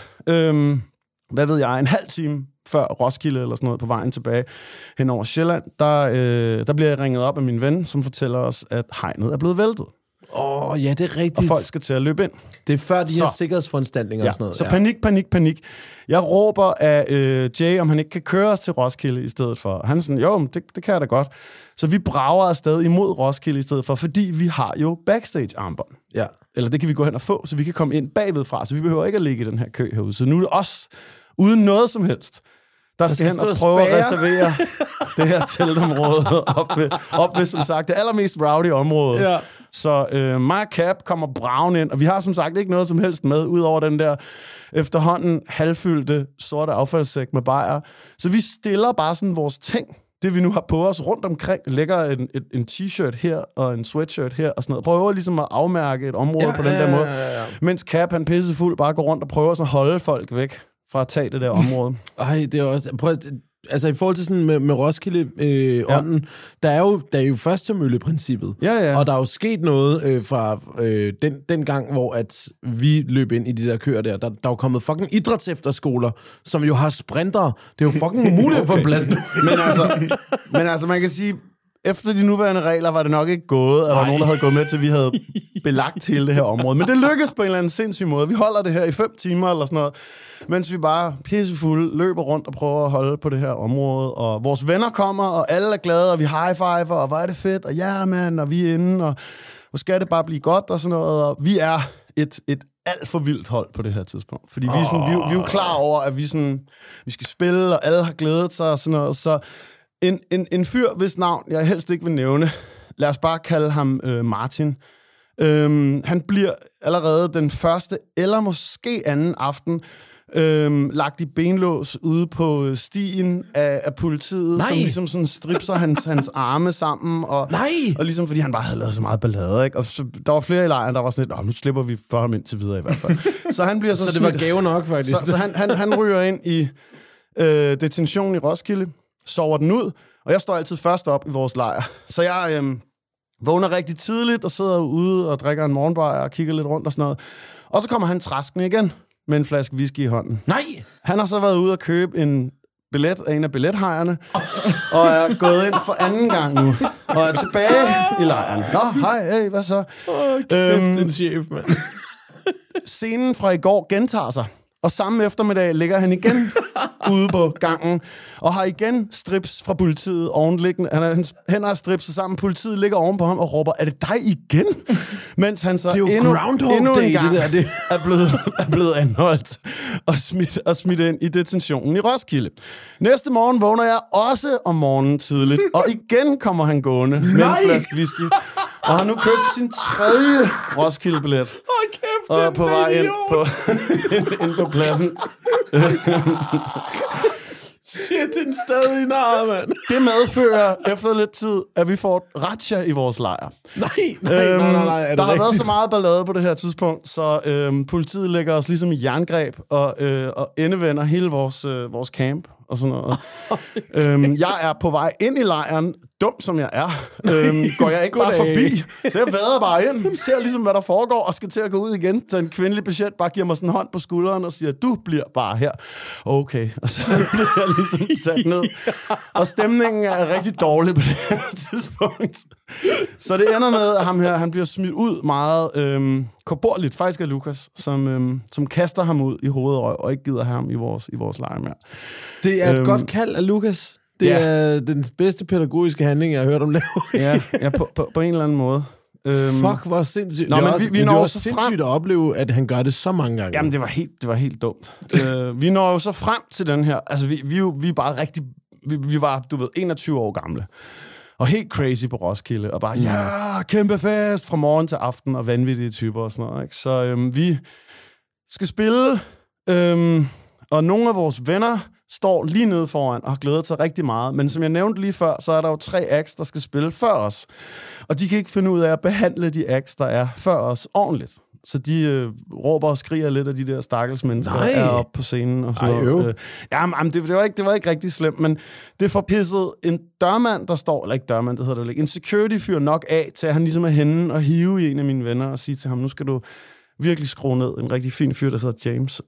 en halv time før Roskilde, eller sådan noget, på vejen tilbage hen over Sjælland, der bliver jeg ringet op af min ven, som fortæller os, at hegnet er blevet væltet. Ja, det er rigtigt. Og folk skal til at løbe ind. Det er før de her sikkerhedsforanstaltninger og sådan noget. Så panik. Jeg råber af Jay, om han ikke kan køre os til Roskilde i stedet for. Han er sådan, jo, det kan jeg da godt. Så vi brager afsted imod Roskilde i stedet for, fordi vi har jo backstage-armbånd. Ja. Eller det kan vi gå hen og få, så vi kan komme ind bagved fra, så vi behøver ikke at ligge i den her kø herude. Så nu er det os, uden noget som helst, der skal hen og prøve at reservere det her teltområde op ved, som sagt, det allermest rowdy område. Ja. Så mig og Cap kommer braven ind, og vi har som sagt ikke noget som helst med, ud over den der efterhånden halvfyldte sorte affaldssæk med bajer. Så vi stiller bare sådan vores ting, det vi nu har på os rundt omkring, lægger en t-shirt her og en sweatshirt her og sådan noget. Prøver ligesom at afmærke et område på den der måde. Ja. Mens Cap, han pissefuld, bare går rundt og prøver sådan at holde folk væk fra at tage det der område. Ej, det er også... Altså i forhold til sådan med Roskilde-ånden, der er jo først til mølleprincippet. Ja. Og der er jo sket noget fra den gang, hvor at vi løb ind i de der køer der. Der er jo kommet fucking idrætsefterskoler, som jo har sprintere. Det er jo fucking umuligt for pladsen. Men altså, man kan sige, efter de nuværende regler var det nok ikke gået, at der var nogen, der havde gået med til, at vi havde belagt hele det her område. Men det lykkedes på en eller anden sindssyg måde. Vi holder det her i 5 timer eller sådan noget, mens vi bare pissefulde løber rundt og prøver at holde på det her område. Og vores venner kommer, og alle er glade, og vi high-fiver, og hvor er det fedt, og ja, mand, og vi er inde, og hvor skal det bare blive godt, og sådan noget. Og vi er et alt for vildt hold på det her tidspunkt. Fordi vi er jo klar over, at vi skal spille, og alle har glædet sig, og sådan noget. Så en fyr, hvis navn jeg helst ikke vil nævne, lad os bare kalde ham Martin. Han bliver allerede den første, eller måske anden aften, lagt i benlås ude på stien af politiet, som ligesom sådan stripser hans arme sammen, og ligesom fordi han bare havde lavet så meget ballade, ikke? Og så, der var flere i lejren, der var sådan lidt, nu slipper vi for ham ind til videre i hvert fald. Så han bliver så det var gave nok, faktisk. Så han ryger ind i detention i Roskilde, sover den ud, og jeg står altid først op i vores lejr. Så Vågner rigtig tidligt og sidder ude og drikker en morgenbajer og kigger lidt rundt og sådan noget. Og så kommer han traskende igen med en flaske whisky i hånden. Nej! Han har så været ude og købe en billet af en af billethejerne, og er gået ind for anden gang nu, og er tilbage i lejren. Nå, hej, hey, hvad så? Kæft, en chef, mand. Scenen fra i går gentager sig, og samme eftermiddag ligger han igen ude på gangen, og har igen strips fra politiet ovenliggende. Hans hænder er stripset sammen, politiet ligger oven på ham og råber, er det dig igen? Mens han så Det er jo endnu Groundhog Day, en gang det der. er blevet anholdt og smidt ind i detentionen i Roskilde. Næste morgen vågner jeg også om morgenen tidligt, og igen kommer han gående med en flaske whisky, og har nu købt sin 3. Roskilde-billet. Kæft, Og er på vej ind ind på pladsen. Shit, det er en stadig nar, mand. Det medfører efter lidt tid, at vi får et razzia i vores lejr. Nej. Er der har været så meget ballade på det her tidspunkt, så politiet lægger os ligesom i jerngreb og endevender hele vores camp og sådan noget. Jeg er på vej ind i lejren, dum som jeg er, går jeg ikke bare forbi. Så jeg vader bare ind, ser ligesom, hvad der foregår, og skal til at gå ud igen, så en kvindelig patient bare giver mig sådan en hånd på skulderen og siger, du bliver bare her. Okay, og så bliver jeg ligesom sat ned. Og stemningen er rigtig dårlig på det her tidspunkt. Så det ender med, at ham her, han bliver smidt ud meget korporligt, faktisk af Lukas, som kaster ham ud i hovedet og ikke gider have ham i vores lejr mere. Det er et godt kald af Lukas. Det er den bedste pædagogiske handling, jeg har hørt om lave. ja på en eller anden måde. Fuck, hvor sindssygt. Nå, men vi når når også sindssygt at opleve, at han gør det så mange gange. Jamen, det var helt dumt. Vi når jo så frem til den her. Altså, vi er bare rigtig... Vi var, 21 år gamle. Og helt crazy på Roskilde. Og bare, kæmpe fest fra morgen til aften, og vanvittige typer og sådan noget. Ikke? Så vi skal spille, og nogle af vores venner står lige nede foran og har glædet sig rigtig meget. Men som jeg nævnte lige før, så er der jo 3 acts, der skal spille før os. Og de kan ikke finde ud af at behandle de acts, der er før os, ordentligt. Så de råber og skriger lidt af de der stakkels mennesker, der er oppe på scenen. Og sådan noget. Det var ikke rigtig slemt, men det får pisset en dørmand, der står, eller ikke dørmand, det hedder det jo ikke, en security-fyr nok af, til at han ligesom er henne og hive i en af mine venner og sige til ham, nu skal du virkelig skrue ned. En rigtig fin fyr, der hedder James.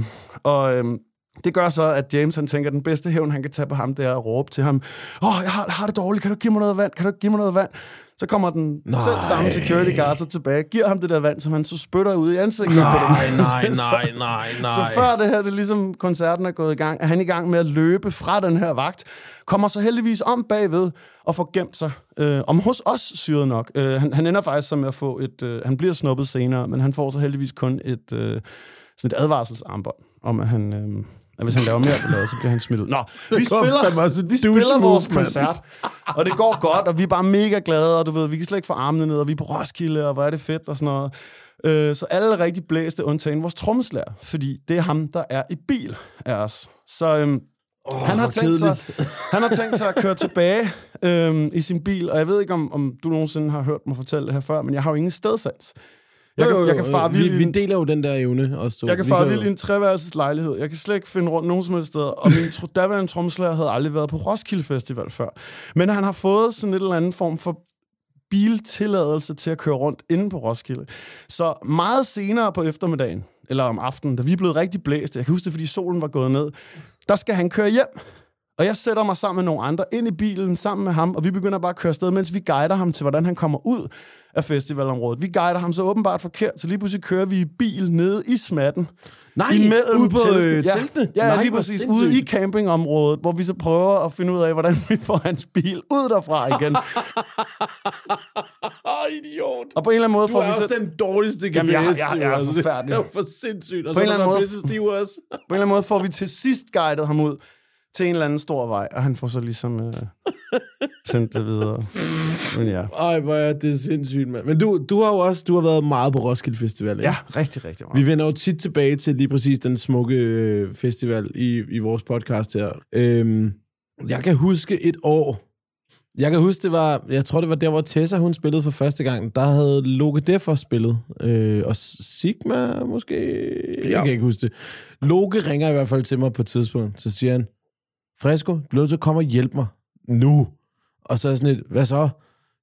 Det gør så, at James, han tænker, at den bedste hævn, han kan tage på ham, det er at råbe til ham, jeg har det dårligt, kan du give mig noget vand? Så kommer den selv samme security guard så tilbage, giver ham det der vand, som han så spytter ud i ansigtet på dem. Nej. Så før det her, det ligesom koncerten er gået i gang, er han i gang med at løbe fra den her vagt, kommer så heldigvis om bagved og får gemt sig. Om hos os, syret nok. Han ender faktisk som at få han bliver snuppet senere, men han får så heldigvis kun sådan et advarselsarmbånd om, at hvis han laver mere ballade, så bliver han smidt ud. Nå, vi spiller vores koncert, og det går godt, og vi er bare mega glade, og du ved, vi kan slet ikke få armene ned, og vi er på Roskilde, og hvor er det fedt, og sådan noget. Så alle er rigtig blæste, undtagen vores trommeslager, fordi det er ham, der er i bil af os. Så han har tænkt sig at køre tilbage i sin bil, og jeg ved ikke, om du nogensinde har hørt mig fortælle det her før, men jeg har jo ingen stedsans. Jeg kan fare vi deler jo den der evne også. Jeg kan fare vildt i en 3-værelses lejlighed. Jeg kan slet ikke finde rundt nogen som helst steder. Og min daværende trommeslager havde aldrig været på Roskilde Festival før. Men han har fået sådan et eller andet form for biltilladelse til at køre rundt inde på Roskilde. Så meget senere på eftermiddagen, eller om aftenen, da vi er blevet rigtig blæst, jeg kan huske det, fordi solen var gået ned, der skal han køre hjem. Og jeg sætter mig sammen med nogle andre ind i bilen sammen med ham, og vi begynder bare at køre afsted, mens vi guider ham til, hvordan han kommer ud af festivalområdet. Vi guider ham så åbenbart forkert, så lige pludselig kører vi i bil nede i smatten. Nej, ude på teltene? Ja, lige præcis. Ude i campingområdet, hvor vi så prøver at finde ud af, hvordan vi får hans bil ud derfra igen. Idiot. Og på en eller anden måde får vi så... Du er også den dårligste GPS. Jamen, jeg er forfærdelig. Det er for sindssygt. Og på så en eller anden måde... også. På en eller anden måde får vi til sidst guidet ham ud til en eller anden stor vej, og han får så ligesom sendt det videre. Men ja. Ej, hvor er det sindssygt, mand. Men du har været meget på Roskilde Festival, ikke? Ja, rigtig, rigtig meget. Vi vender jo tit tilbage til lige præcis den smukke festival i vores podcast her. Jeg kan huske et år. Jeg kan huske, jeg tror, det var der, hvor Tessa, hun spillede for første gang. Der havde Loke Deffer spillet. Og Sigma, måske? Jeg kan ikke huske det. Loke ringer i hvert fald til mig på et tidspunkt. Så siger han, Fresco, du bliver nødt til at komme og hjælpe mig nu. Og så er sådan et, hvad så?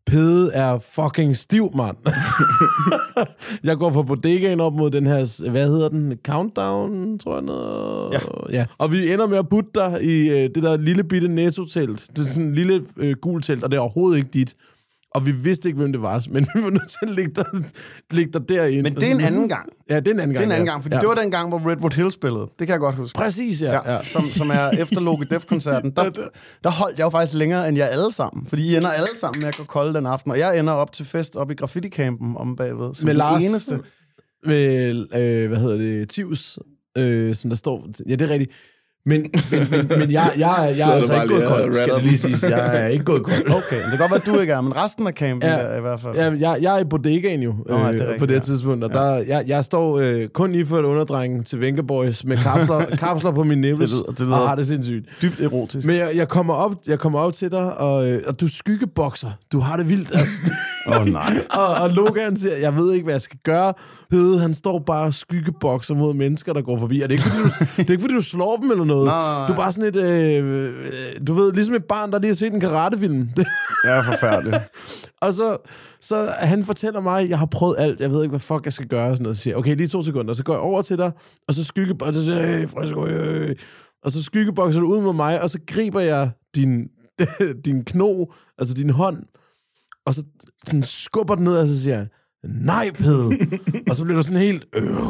Pede er fucking stiv, mand. Jeg går fra bodegaen op mod den her, hvad hedder den? Countdown, tror jeg noget. Ja. Og vi ender med at putte dig i det der lille bitte Netto-telt. Det er sådan en lille gul telt, og det er overhovedet ikke dit. Og vi vidste ikke, hvem det var, men vi var nødt til at lægge dig derinde. Men det er en anden gang. Ja, det er en anden gang. Det er en anden gang, fordi det var den gang, hvor Redwood Hill spillede. Det kan jeg godt huske. Præcis, ja. Som er efter Loke Def-koncerten. Der holdt jeg jo faktisk længere, end jer alle sammen. Fordi I ender alle sammen med at gå kolde den aften. Og jeg ender op til fest op i graffiti-campen om bagved. Som med Lars, eneste. Med, hvad hedder det, Tivs, som der står... Ja, det er rigtigt. Men jeg er altså ikke gået kold, skal det lige siges. Jeg er ikke gået kold. Okay, det kan godt være, at du ikke er, men resten af campen er i hvert fald. Ja, jeg er i bodegaen jo, på det tidspunkt, og jeg står kun lige for et underdreng til Venga Boys med kapsler på mine nipples, og har det sindssygt. Dybt erotisk. Men jeg kommer op til dig, og du skyggebokser. Du har det vildt. Altså. Nej. og Logan siger, jeg ved ikke, hvad jeg skal gøre. Pede, han står bare og skyggebokser mod mennesker, der går forbi. Og det er ikke, fordi du slår dem eller noget. Nej. Du er bare sådan et, du ved, ligesom et barn, der lige har set en karatefilm. Ja, forfærdeligt. Og så han fortæller mig, jeg har prøvet alt, jeg ved ikke, hvad fuck jeg skal gøre, og sådan noget. Så siger, okay, lige 2 sekunder, så går jeg over til dig, og så skyggebokser, og så siger, Fresco, og så skyggebokser du ud mod mig, og så griber jeg din kno, altså din hånd, og så sådan skubber den ned, og så siger jeg, nej, Pede. Og så bliver du sådan helt...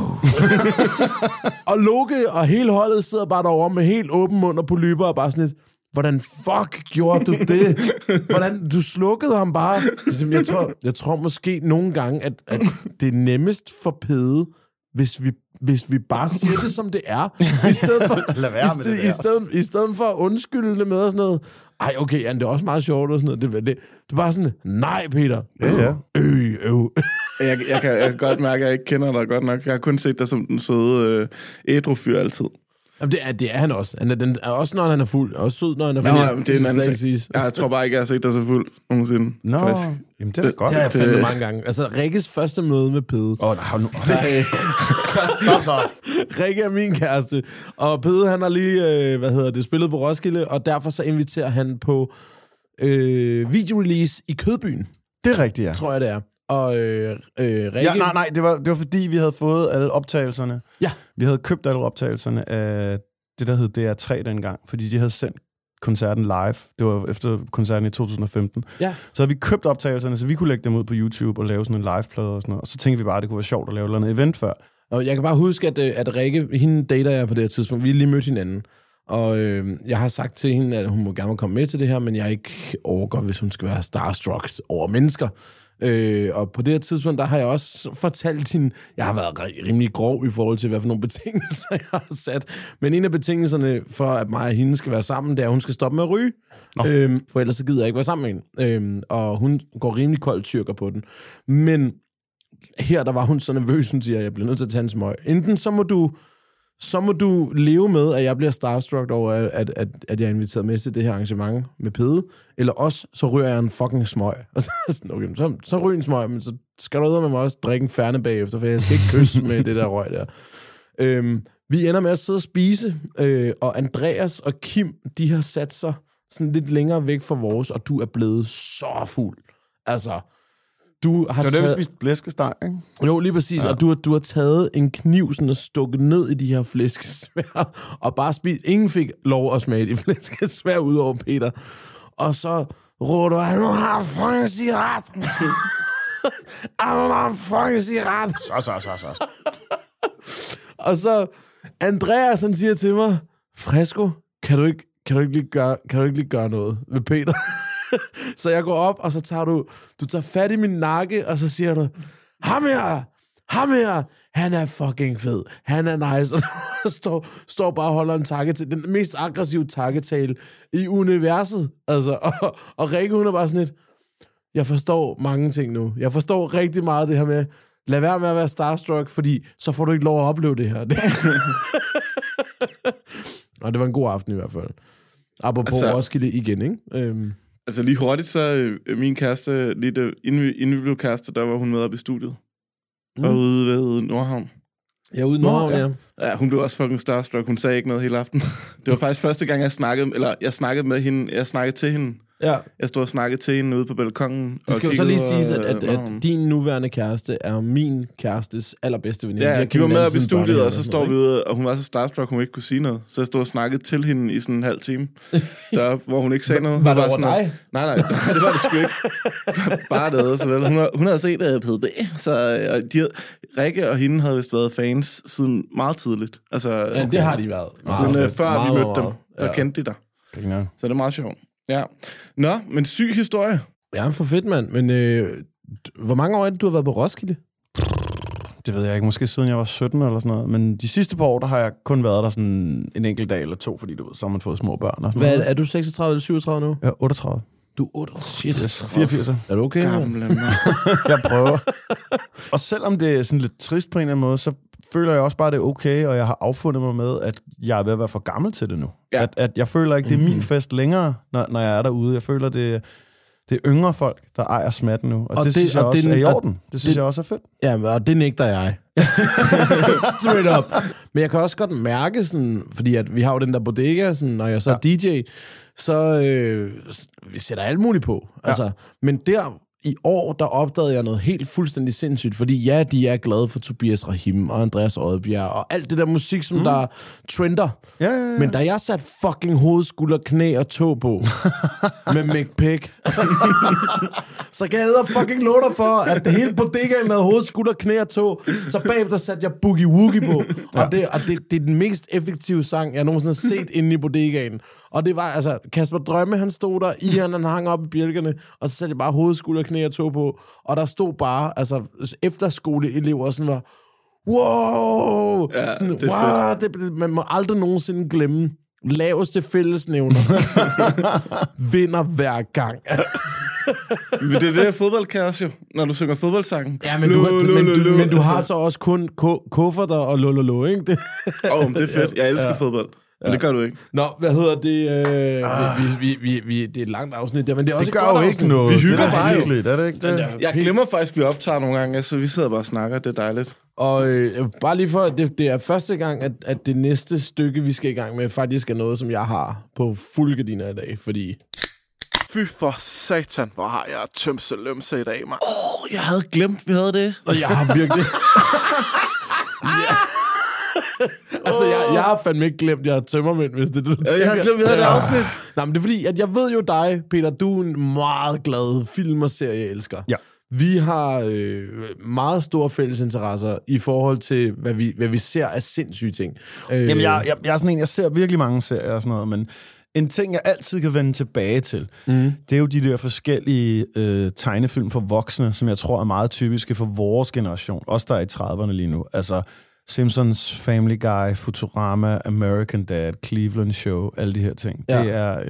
Og Loke og hele holdet sidder bare derovre med helt åben mund og polypper og bare sådan lidt, hvordan fuck gjorde du det? Hvordan, du slukkede ham bare. Jeg tror måske nogle gange, at det er nemmest for Pede, hvis vi bare siger det, som det er. I stedet for at undskylde det med og sådan noget. Ej, okay, ja, det er også meget sjovt og sådan noget. Det er bare sådan, nej, Peter. Ja. Jeg kan godt mærke, at jeg ikke kender dig godt nok. Jeg har kun set dig som den søde ædrufyr altid. Jamen, det er han også. Den er også, når han er fuld. Også sød, når han er fuld. Nå, det er en anden ting. Jeg tror bare ikke, jeg har set dig så fuld nogensinde. Nå, jamen det er godt. Det har jeg fandme mange gange. Altså, Rikkes første møde med Pede. Rikke er min kæreste. Og Pede, han har lige, spillet på Roskilde, og derfor så inviterer han på videorelease i Kødbyen. Det er rigtigt, ja. Tror jeg, det er. Og Rikke... Ja, nej, det var fordi, vi havde fået alle optagelserne. Ja. Vi havde købt alle optagelserne af det, der hed DR3 dengang, fordi de havde sendt koncerten live. Det var efter koncerten i 2015. Ja. Så havde vi købt optagelserne, så vi kunne lægge dem ud på YouTube og lave sådan en liveplade og sådan noget. Og så tænkte vi bare, at det kunne være sjovt at lave et eller andet event før. Og jeg kan bare huske, at Rikke, hende dater jeg på det her tidspunkt. Vi har lige mødt hinanden. Og jeg har sagt til hende, at hun må gerne komme med til det her, men jeg ikke overgår, hvis hun skal være starstruck over mennesker. Og på det her tidspunkt, der har jeg også fortalt hende, jeg har været rimelig grov i forhold til, hvad for nogle betingelser jeg har sat. Men en af betingelserne for, at mig og hende skal være sammen, det er, at hun skal stoppe med at ryge. For ellers så gider jeg ikke være sammen med hende. Og hun går rimelig koldt tyrker på den. Men her, der var hun så nervøs, hun siger, at jeg bliver nødt til at tage en smøg. Enten så må du leve med, at jeg bliver starstruck over, at jeg er inviteret med til det her arrangement med Pede, eller også, så ryger jeg en fucking smøg. Og så ryger en smøg, men så skal du med mig også drikke en færne bagefter, for jeg skal ikke kysse med det der røg der. Vi ender med at sidde og spise, og Andreas og Kim, de har sat sig sådan lidt længere væk fra vores, og du er blevet så fuld. Altså... Du har det var det, vi spiste flæskesteg, ikke? Jo, lige præcis. Ja. Og du har taget en kniv sådan og stukket ned i de her flæskesvær, og bare spist. Ingen fik lov at smage de flæskesvær ud over Peter. Og så råber du, nu har du fucking cigaret. Nu har du fucking cigaret. Så. Og så Andreas, han siger til mig, Fresco, kan du ikke lige gøre noget ved Peter? Så jeg går op, og så tager du tager fat i min nakke, og så siger du, ham her, han er fucking fed, han er nice, og står bare og holder en takketale, den mest aggressive takketale i universet, altså, og Rikke, hun er bare sådan lidt, jeg forstår mange ting nu, jeg forstår rigtig meget det her med, lad være med at være starstruck, fordi så får du ikke lov at opleve det her. Og det var en god aften i hvert fald. Apropos Roskilde igen, ikke? Altså lige hurtigt, så min kæreste, inden vi blev kæreste, der var hun med op i studiet. Og ude ved Nordhavn. Ja, ude i Nordhavn, ja. Ja, hun blev også fucking starstruck. Hun sagde ikke noget hele aften. Det var faktisk første gang, jeg snakkede med hende. Jeg snakkede til hende Ja. Jeg stod og snakkede til hende ude på balkongen. Det skal jo så lige siges, at din nuværende kæreste er min kærestes allerbedste veninde. Ja, de var med op i studiet, og så står vi ude. ude, og hun var så starstruck, hun ikke kunne sige noget. Så jeg stod og snakkede til hende i sådan en halv time, hvor hun ikke sagde noget. Var det over sådan dig? Nej, det var det sgu ikke. Bare det, så vel. Hun havde set PDB, så Rikke og hende havde vist været fans siden meget tidligt. Altså, Ja, det har de været. siden før vi mødte dem, der kendte de dig. Ja. Så det er meget sjovt. Ja. Nå, men syg historie. Ja, for fedt, mand. Men hvor mange år er det, du har været på Roskilde? Det ved jeg ikke, måske siden jeg var 17 eller sådan noget. Men de sidste par år, der har jeg kun været der sådan en enkelt dag eller to, fordi du ved, så har man fået små børn og sådan noget. Er du 36 eller 37 nu? Ja, 38. Du er 38. Shit. Yes, 84. Er du okay, mand? Gamle mand. Jeg prøver. Og selvom det er sådan lidt trist på en eller anden måde, så føler jeg også bare, at det er okay, og jeg har affundet mig med, at jeg er ved at være for gammel til det nu. Ja. At jeg føler ikke, det er min fest længere, når jeg er derude. Jeg føler, det er yngre folk, der ejer smatten nu. Og det synes jeg også er i orden. Det synes jeg også er fedt. Ja, og det nægter jeg. Straight up. Men jeg kan også godt mærke sådan, fordi at vi har jo den der bodega, sådan, når jeg så er DJ, så vi sætter alt muligt på. Altså, men der i år, der opdagede jeg noget helt fuldstændig sindssygt, fordi ja, de er glade for Tobias Rahim og Andreas Oddbjerg og alt det der musik, som der trender. Ja. Men da jeg satte fucking hoved, skulder, knæ og tå på med Mick Pick, så kan jeg fucking love dig for, at det hele bodegaen havde hoved, skulder, knæ og tå. Så bagefter satte jeg Boogie Woogie på. Og det er den mest effektive sang, jeg nogensinde har set inde i bodegaen. Og det var altså, Kasper Drømme, han stod der, han hang op i bjælkerne, og så satte jeg bare hoved, skulder, knæ og tå på. Og der stod bare, altså, efterskoleelever sådan var, wow! Ja, sådan, det er wow, man må aldrig nogensinde glemme. Laveste fællesnævner vinder hver gang. Men det er det fodboldkaos jo, når du synger fodboldsangen. Ja, men du har så også kun kufferter og lololo, ikke? Det Det er fedt. Jeg elsker fodbold. Men det gør du ikke. Nå, hvad hedder det? Det er et langt afsnit der, men det er også Det et gør godt jo afsnit. ikke noget. Vi hygger det er bare jo. hyggeligt, er det ikke det? Jeg glemmer faktisk, at vi optager nogle gange, så vi sidder bare og snakker. Det er dejligt. Og bare lige for, det er første gang, at det næste stykke, vi skal i gang med, faktisk er noget, som jeg har på fuldgardiner i dag, fordi... Fy for satan, hvor har jeg tømse lømse i dag, mand. Jeg havde glemt, vi havde det. Og jeg har virkelig... Altså, jeg har fandme ikke glemt, at jeg er tømmermænd, hvis det er det, du tænker. Jeg har glemt, vi havde det afsnit. Nej, men det er fordi, at jeg ved jo dig, Peter, du er en meget glad film- og serieelsker. Ja. Vi har meget store fællesinteresser i forhold til, hvad vi ser af sindssyge ting. Jamen, jeg er sådan en, jeg ser virkelig mange serier og sådan noget, men en ting, jeg altid kan vende tilbage til, det er jo de der forskellige tegnefilm for voksne, som jeg tror er meget typiske for vores generation. Også der er i 30'erne lige nu. Altså Simpsons, Family Guy, Futurama, American Dad, Cleveland Show, alle de her ting. Ja. Det er...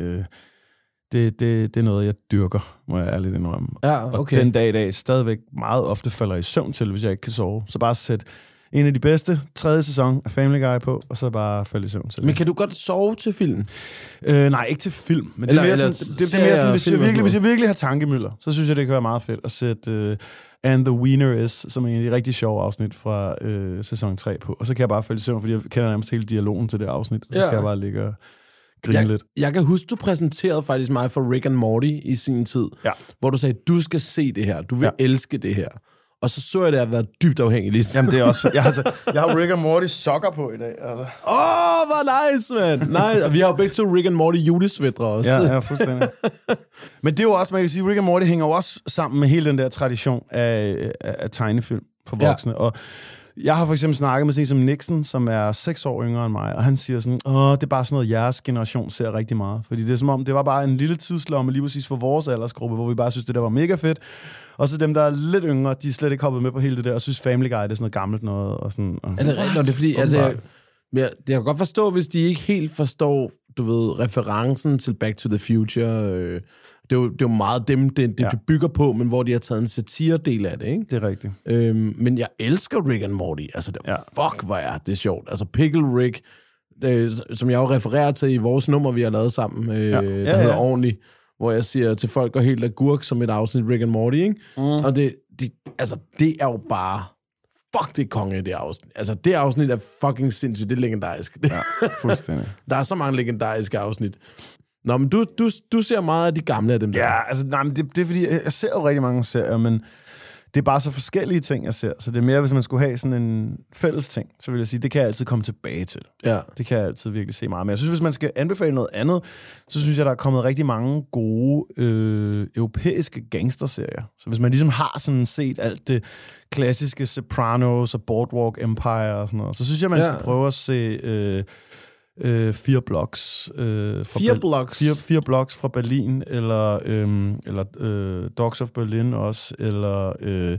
Det er noget, jeg dyrker, må jeg ærligt indrømme. Ja, okay. Og den dag i dag stadigvæk meget ofte falder i søvn til, hvis jeg ikke kan sove. Så bare sæt en af de bedste 3. sæson af Family Guy på, og så bare falde i søvn til. Men kan du godt sove til film? Nej, ikke til film. Men det er mere sådan, hvis jeg virkelig har tankemøller, så synes jeg, det kan være meget fedt at sætte And the Wiener Is, som er en af de rigtig sjove afsnit fra sæson 3 på. Og så kan jeg bare falde i søvn, fordi jeg kender nærmest hele dialogen til det afsnit, og så kan jeg bare ligge og grine lidt. Jeg kan huske, du præsenterede faktisk mig for Rick and Morty i sin tid, hvor du sagde, du skal se det her, du vil elske det her. Og så jeg det at være dybt afhængig lige. Jamen det er også... Jeg har Rick and Morty sokker på i dag. Altså. Hvor nice, mand! Nice. Og vi har jo begge to Rick and Morty julesvætre også. Ja, fuldstændig. Men det er jo også, man kan sige, Rick and Morty hænger jo også sammen med hele den der tradition af tegnefilm for voksne. Og jeg har for eksempel snakket med sådan som Nixon, som er 6 år yngre end mig, og han siger sådan, det er bare sådan noget, jeres generation ser rigtig meget. Fordi det er som om, det var bare en lille tidslomme lige præcis for vores aldersgruppe, hvor vi bare synes, det der var mega fedt. Og så dem, der er lidt yngre, de er slet ikke hoppet med på hele det der, og synes Family Guy, det er sådan noget gammelt noget. Og sådan, er det rigtigt? Det er fordi, altså, jeg kan godt forstå, hvis de ikke helt forstår, du ved, referencen til Back to the Future. Det er jo meget dem, det bygger på, men hvor de har taget en satire-del af det, ikke? Det er rigtigt. Men jeg elsker Rick and Morty. Altså, fuck, hvor er det sjovt. Altså, Pickle Rick, som jeg jo refererer til i vores nummer, vi har lavet sammen, der hedder Ordentligt, hvor jeg siger til folk, går helt agurk som et afsnit Rick and Morty, ikke? Og det er jo bare... Fuck, det er konge i det afsnit. Altså, det afsnit er fucking sindssygt. Det er legendarisk. Ja, fuldstændig. Der er så mange legendariske afsnit. Nå, men du ser meget af de gamle af dem der. Ja, altså, nej, men det er fordi, jeg ser jo rigtig mange serier, men det er bare så forskellige ting, jeg ser. Så det er mere, hvis man skulle have sådan en fælles ting, så vil jeg sige, det kan jeg altid komme tilbage til. Ja. Det kan jeg altid virkelig se meget. Men jeg synes, hvis man skal anbefale noget andet, så synes jeg, der er kommet rigtig mange gode europæiske gangsterserier. Så hvis man ligesom har sådan set alt det klassiske Sopranos og Boardwalk Empire og sådan noget, så synes jeg, man skal prøve at se... 4 Blocks. 4 Blocks? 4 Blocks fra Berlin, eller Dogs of Berlin også, eller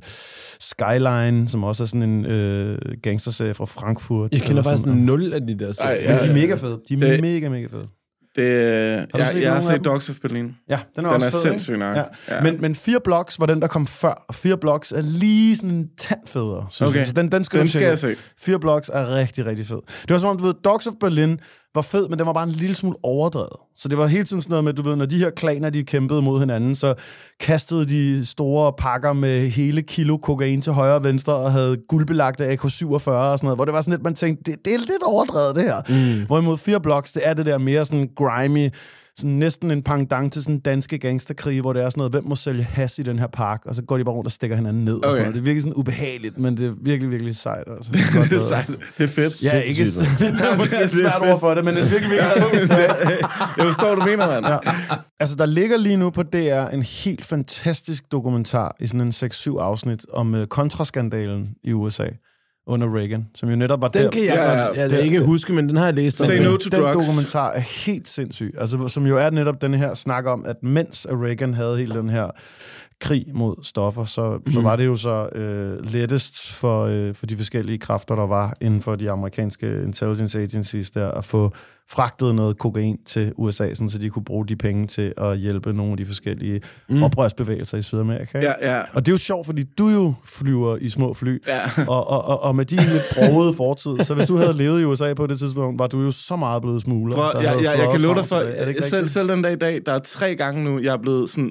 Skyline, som også er sådan en gangsterserie fra Frankfurt. Jeg kender faktisk 0 af de der serier. Men de er mega fede. De er mega fede. Jeg har set Dogs of Berlin. Ja, den er sindssygt nok. Ja. Men 4 Blocks var den, der kom før, og 4 Blocks er lige sådan en tand federe. Okay. Så den skal jeg se. 4 Blocks er rigtig, rigtig fed. Det var som om, du ved, Dogs of Berlin var fed, men den var bare en lille smule overdrevet. Så det var hele tiden sådan noget med, du ved, når de her klaner, de kæmpede mod hinanden, så kastede de store pakker med hele kilo kokain til højre og venstre, og havde guldbelagte AK-47 og sådan noget, hvor det var sådan lidt, man tænkte, det er lidt overdrevet det her. Hvorimod 4 Blocks, det er det der mere sådan grimy, sådan næsten en pendant til sådan danske gangsterkrige, hvor det er sådan noget, hvem må sælge has i den her park, og så går de bare rundt og stikker hinanden ned. Okay. Og sådan noget. Det er virkelig sådan ubehageligt, men det er virkelig, virkelig sejt. Altså. Det er sejt. Det er fedt. Ja, ikke det er måske et svært ord for det, men det er virkelig, virkelig fedt. Jeg forstår, du mener, mand. Ja. Altså, der ligger lige nu på DR en helt fantastisk dokumentar i sådan en 6-7 afsnit om kontraskandalen i USA under Reagan, som jo netop var den kan jeg ikke huske, men den har jeg læst. Say no to den drugs. Dokumentar er helt sindssyg. Altså, som jo er netop den her snak om, at mens Reagan havde hele den her krig mod stoffer, så var det jo så lettest for de forskellige kræfter, der var inden for de amerikanske intelligence agencies der, at få fragtet noget kokain til USA, sådan, så de kunne bruge de penge til at hjælpe nogle af de forskellige oprørsbevægelser i Sydamerika. Ja. Og det er jo sjovt, fordi du jo flyver i små fly, og med din lidt brogede fortid, så hvis du havde levet i USA på det tidspunkt, var du jo så meget blevet smugler. Jeg kan love dig for, selv den dag i dag, der er 3 gange nu, jeg er blevet sådan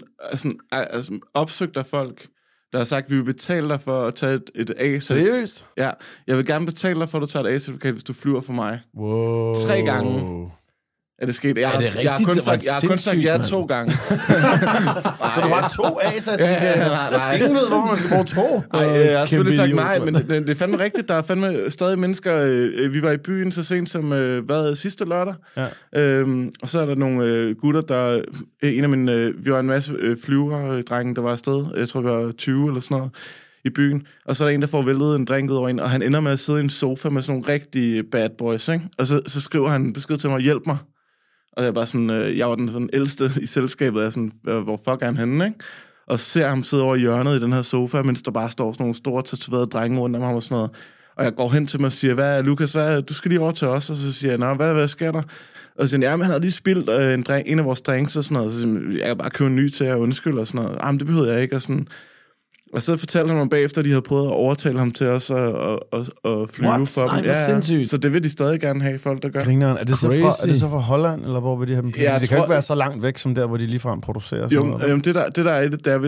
opsøgt af folk, der har sagt, vi vil betale dig for at tage et A-certifikat. Seriøst? Ja, jeg vil gerne betale dig for, at du tager et A-certifikat, hvis du flyver for mig. Wow. 3 gange er det sket. Jeg har kun sagt ja 2 gange. Så du har 2 A-certifikater? Nej. Ingen ved, hvorfor man skal bruge 2. Jeg har selvfølgelig sagt nej, men det er fandme rigtigt. Der er fandme stadig mennesker. Vi var i byen så sent som sidste lørdag. Ja. Og så er der nogle gutter, der... En af mine... Vi var en masse flyverdrenge, der var afsted. Jeg tror, vi var 20 eller sådan noget i byen. Og så er der en, der får væltet en drink ud over en, og han ender med at sidde i en sofa med sådan nogle rigtige bad boys, ikke? Og så skriver han besked til mig, hjælp mig. Og jeg er bare sådan, jeg var den sådan ældste i selskabet, jeg er sådan, hvor fuck er han henne, ikke? Og ser ham sidde over i hjørnet i den her sofa, mens der bare står sådan nogle store tatoverede drenge rundt om ham og sådan noget. Og jeg går hen til mig og siger, Lukas, du skal lige over til os. Og så siger jeg, hvad sker der? Og så siger han, han havde lige spildt en af vores drinks og sådan noget. Og så siger jeg kan bare købe en ny til jer, undskyld og sådan noget. Men det behøvede jeg ikke, og sådan... Og så fortalte han mig bagefter, at de havde prøvet at overtale ham til os at flyve for dem. Ja, så det vil de stadig gerne have, folk der gør. Grineren. Er det så fra Holland, eller hvor vil de have dem? Det kan ikke være så langt væk, som der, hvor de ligefrem producerer. Det der er det, der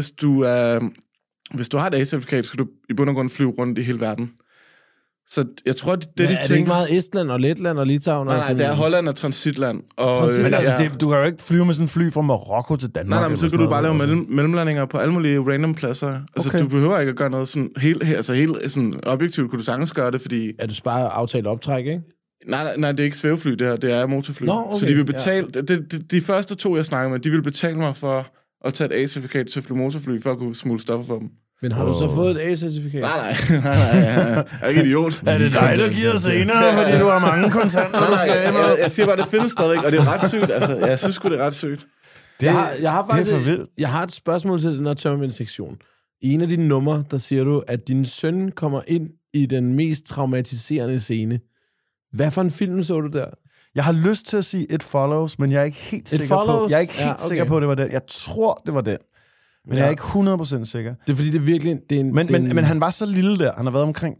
hvis du har et A-certifikat, skal du i bund og grund flyve rundt i hele verden. Så jeg tror, de tænker... Er det ikke meget Estland og Letland og Litauen? Nej, det er Holland og transitland. Men altså, du kan jo ikke flyve med sådan en fly fra Marokko til Danmark. Nej, men så kan du bare lave mellemlandinger på alle mulige random pladser. Altså, du behøver ikke at gøre noget sådan helt sådan objektivt, kunne du sagtens gøre det, fordi... Ja, du sparer aftalt optræk, ikke? Nej, det er ikke svævefly, det her. Det er motorfly. Okay. Så de vil betale... Ja. De første 2, jeg snakker med, de vil betale mig for at tage et A-certifikat til at flyve motorfly, for at kunne smule stoffer for dem. Men har du så fået et A-certifikat? Nej. Jeg er ikke idiot. Er det dig, der giver senere, fordi du har mange kontanter? Jeg siger bare, det findes stadigvæk, og det er ret sygt. Altså, jeg synes sgu, det er ret sygt. Jeg har faktisk, jeg har et spørgsmål til den her tørmænd-sektion. I en af dine numre, der siger du, at din søn kommer ind i den mest traumatiserende scene. Hvad for en film så du der? Jeg har lyst til at sige It Follows, men jeg er ikke helt sikker på, at det var den. Jeg tror, det var den. Men jeg er ikke 100% sikker. Det er fordi, det er virkelig... Men han var så lille der. Han har været omkring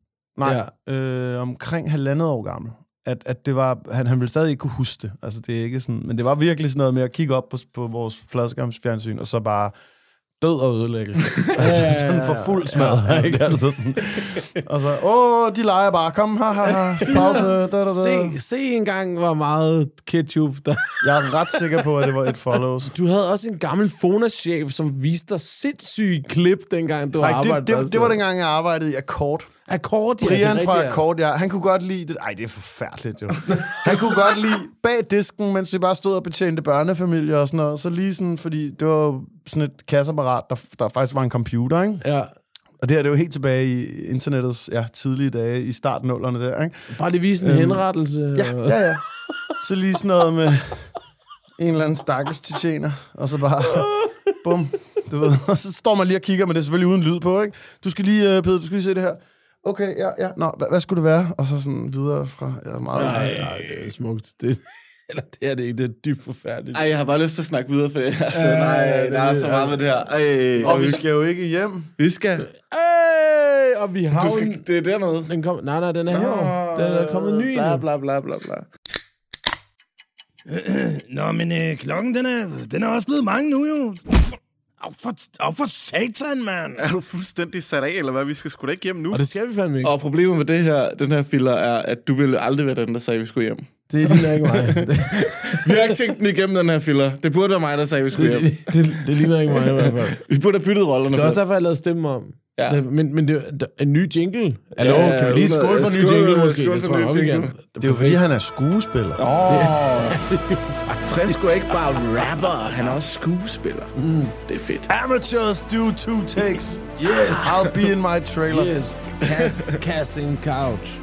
omkring 1,5 år gammel. At det var... Han ville stadig ikke kunne huske det. Altså, det er ikke sådan... Men det var virkelig sådan noget med at kigge op på vores fladskærmsfjernsyn, og så bare død og ødelæggelse. Altså sådan for fuld smad, ikke? Altså sådan. Og så, de leger bare, kom, pause. Se engang, hvor meget ketchup der... Jeg er ret sikker på, at det var et follows. Du havde også en gammel Fona-chef, som viste dig sindssyge klip, dengang du arbejdede. Det var dengang, jeg arbejdede i Akkord. Akkord, ja. Brian fra Akkord, ja. Han kunne godt lide det. Ej, det er forfærdeligt, jo. Han kunne godt lide bag disken, mens vi bare stod og betjente børnefamilier og sådan noget. Så lige sådan, fordi det var sådan et kasseapparat, der faktisk var en computer, ikke? Ja. Og det her, det er jo helt tilbage i internettets tidlige dage, i startnullerne der, ikke? Bare lige vise en henrettelse. Ja. Så lige sådan noget med en eller anden stakkels tjener, og så bare, bum, du ved. Og så står man lige og kigger, men det er selvfølgelig uden lyd på, ikke? Du skal lige, Peter, du skal lige se det her. Okay, ja. Nå, hvad skulle det være? Og så sådan videre fra... meget. Nej, det er smukt. Eller det er det ikke, det er dybt forfærdeligt. Ej, jeg har bare lyst til at snakke videre, for altså, der er så meget med det her. Og vi skal jo ikke hjem. Vi skal... Og vi har det er dernede. Den kom, nej, den er her. Der er kommet ny nu. Bla. Nå, men klokken, den er også blevet mange nu, jo. Af for satan, mand. Er du fuldstændig sat af, eller hvad? Vi skal sgu da ikke hjem nu. Og det skal vi fandme ikke. Og problemet med den her filler er, at du ville aldrig være den, der sagde, at vi skulle hjem. Det ligner ikke mig. Vi har ikke tænkt den igennem, den her filler. Det burde være mig, der sagde, at vi skulle hjem. Det ligner ikke mig i hvert fald. Vi burde have byttet rollerne. Det er også derfor, jeg lavede stemme om. Ja. Men det er en ny jingle. Hallo, kan vi lige skåle for en ny jingle måske? Skål for en ny jingle. Det er jo fordi, han er skuespiller. Fresco er ikke bare rapper, han er også skuespiller. Det er fedt. Amateurs do 2 takes. Yes. I'll be in my trailer. Yes. Casting couch.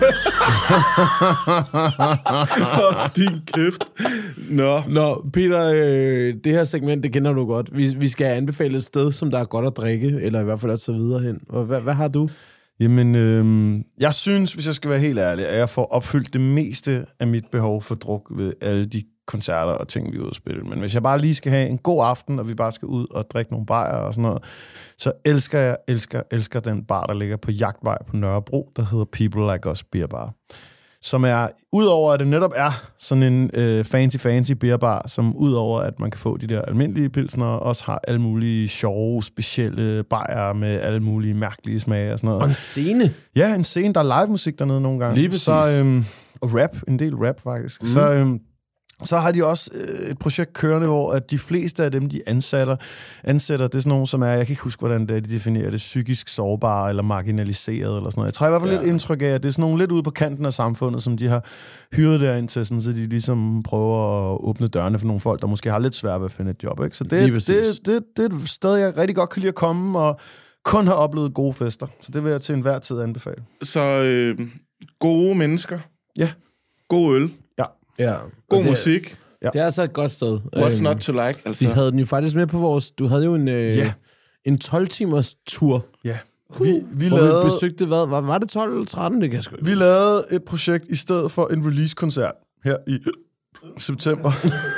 Din kæft. Nå, Peter, det her segment, det kender du godt. Vi skal anbefale et sted, som der er godt at drikke, eller i hvert fald at tage videre hen. Hvad har du? Jamen, jeg synes, hvis jeg skal være helt ærlig, at jeg får opfyldt det meste af mit behov for druk ved alle de koncerter og ting, vi er ude at spille. Men hvis jeg bare lige skal have en god aften, og vi bare skal ud og drikke nogle bajer og sådan noget, så elsker den bar, der ligger på Jagtvej på Nørrebro, der hedder People Like Us Beer Bar. Som er, udover at det netop er sådan en fancy beer bar, som udover at man kan få de der almindelige pilsner, også har alle mulige sjove, specielle bajer med alle mulige mærkelige smage og sådan noget. Og en scene. Ja, en scene, der er live musik dernede nogle gange. Lige præcis. Og rap, en del rap faktisk. Så har de også et projekt kørende, hvor at de fleste af dem, de ansætter, det er sådan nogle, som er, jeg kan ikke huske, hvordan det er, de definerer det, psykisk sårbare eller marginaliseret eller sådan noget. Jeg tror i hvert fald lidt indtryk af, at det er sådan nogle lidt ude på kanten af samfundet, som de har hyret derind til, sådan, så de ligesom prøver at åbne dørene for nogle folk, der måske har lidt svært ved at finde et job. Ikke? Så det er et sted, jeg rigtig godt kan lide at komme, og kun har oplevet gode fester. Så det vil jeg til enhver tid anbefale. Så gode mennesker. Ja. God øl. Ja. God musik. Ja. Det er altså et godt sted. What's not to like? Altså. De havde den jo faktisk med på vores... Du havde jo en 12-timers tur. Ja. Vi lavede... Vi besøgte hvad? Var det 12 eller 13? Det kan jeg sgu ikke. Vi lavede et projekt i stedet for en release-koncert her i september.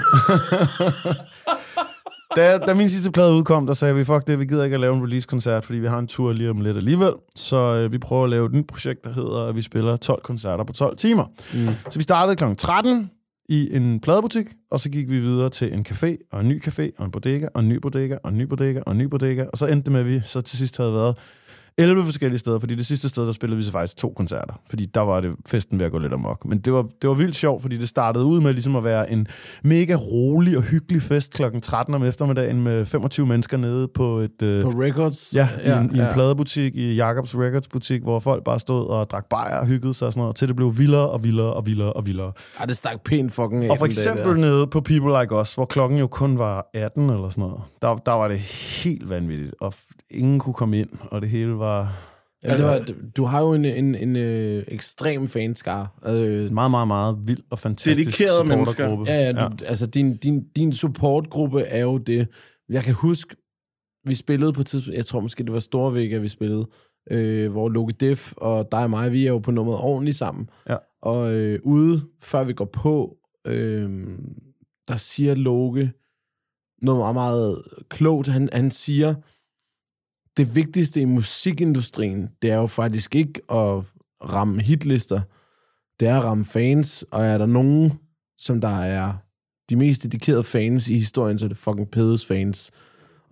Da min sidste plade udkom, der sagde vi, fuck det, vi gider ikke at lave en release-koncert, fordi vi har en tur lige om lidt alligevel. Så vi prøver at lave et nyt projekt, der hedder, at vi spiller 12 koncerter på 12 timer. Så vi startede kl. 13 i en pladebutik, og så gik vi videre til en café, og en ny café, og en bodega, og en ny bodega, og en ny bodega, og en ny bodega. Og så endte det med, at vi så til sidst havde været 11 forskellige steder, fordi det sidste sted, der spillede vi så faktisk 2 koncerter, fordi der var det festen ved at gå lidt amok. Men det var vildt sjovt, fordi det startede ud med ligesom at være en mega rolig og hyggelig fest kl. 13 om eftermiddagen med 25 mennesker nede på et... På Records? Ja, i en pladebutik, i Jacobs Records butik, hvor folk bare stod og drak bajer og hyggede sig og sådan noget, til det blev vildere og vildere og vildere og vildere. Ja, det stak pænt fucking af. Og for eksempel nede på People Like Us, hvor klokken jo kun var 18 eller sådan noget, der var det helt vanvittigt, og ingen kunne komme ind, og det hele var... Ja, du har jo en ekstrem fanskare. Meget, meget, meget vild og fantastisk dedikerede mennesker. Ja. Altså din supportgruppe er jo det. Jeg kan huske, vi spillede på et tidspunkt, jeg tror måske det var Storvægger, vi spillede, hvor Loke Def og dig og mig, vi er jo på nummeret ordentligt sammen. Ja. Og ude, før vi går på, der siger Loke noget meget, meget klogt. Han siger... Det vigtigste i musikindustrien, det er jo faktisk ikke at ramme hitlister. Det er at ramme fans, og er der nogen, som der er de mest dedikerede fans i historien, så er det fucking Pedes fans.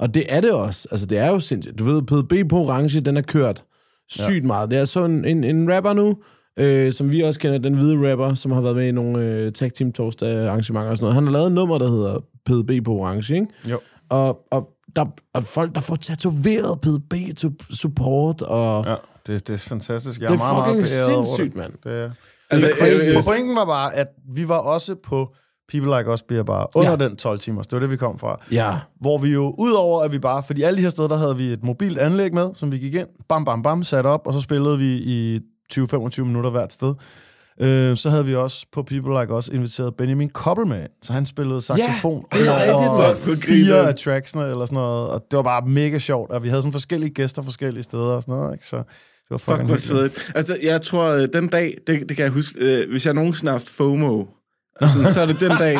Og det er det også. Altså, det er jo sindssygt. Du ved, PDB på orange, den er kørt sygt meget. Det er så en rapper nu, som vi også kender, den hvide rapper, som har været med i nogle tag team torsdag arrangementer og sådan noget. Han har lavet et nummer, der hedder PDB på orange, ikke? Jo. Og der er folk, der får tatoveret PDB support, og... Ja, det er fantastisk. Jeg det er er meget, fucking meget sindssygt, mand. Det er Altså, crazy. Pointen var bare, at vi var også på People Like Us bliver bare under den 12 timers. Det var det, vi kom fra. Ja. Hvor vi jo, udover at vi bare... Fordi alle de her steder, der havde vi et mobilt anlæg med, som vi gik ind, bam, bam, bam, satte op, og så spillede vi i 20-25 minutter hvert sted. Så havde vi også på People Like Us inviteret Benjamin Koppelman, så han spillede saxofon over 4 af tracksene eller sådan noget, og det var bare mega sjovt, og vi havde sådan forskellige gæster forskellige steder og sådan noget, ikke? Så det var fucking hyggeligt. Altså, jeg tror, den dag, det kan jeg huske, hvis jeg nogensinde har haft FOMO, altså, så er det den dag.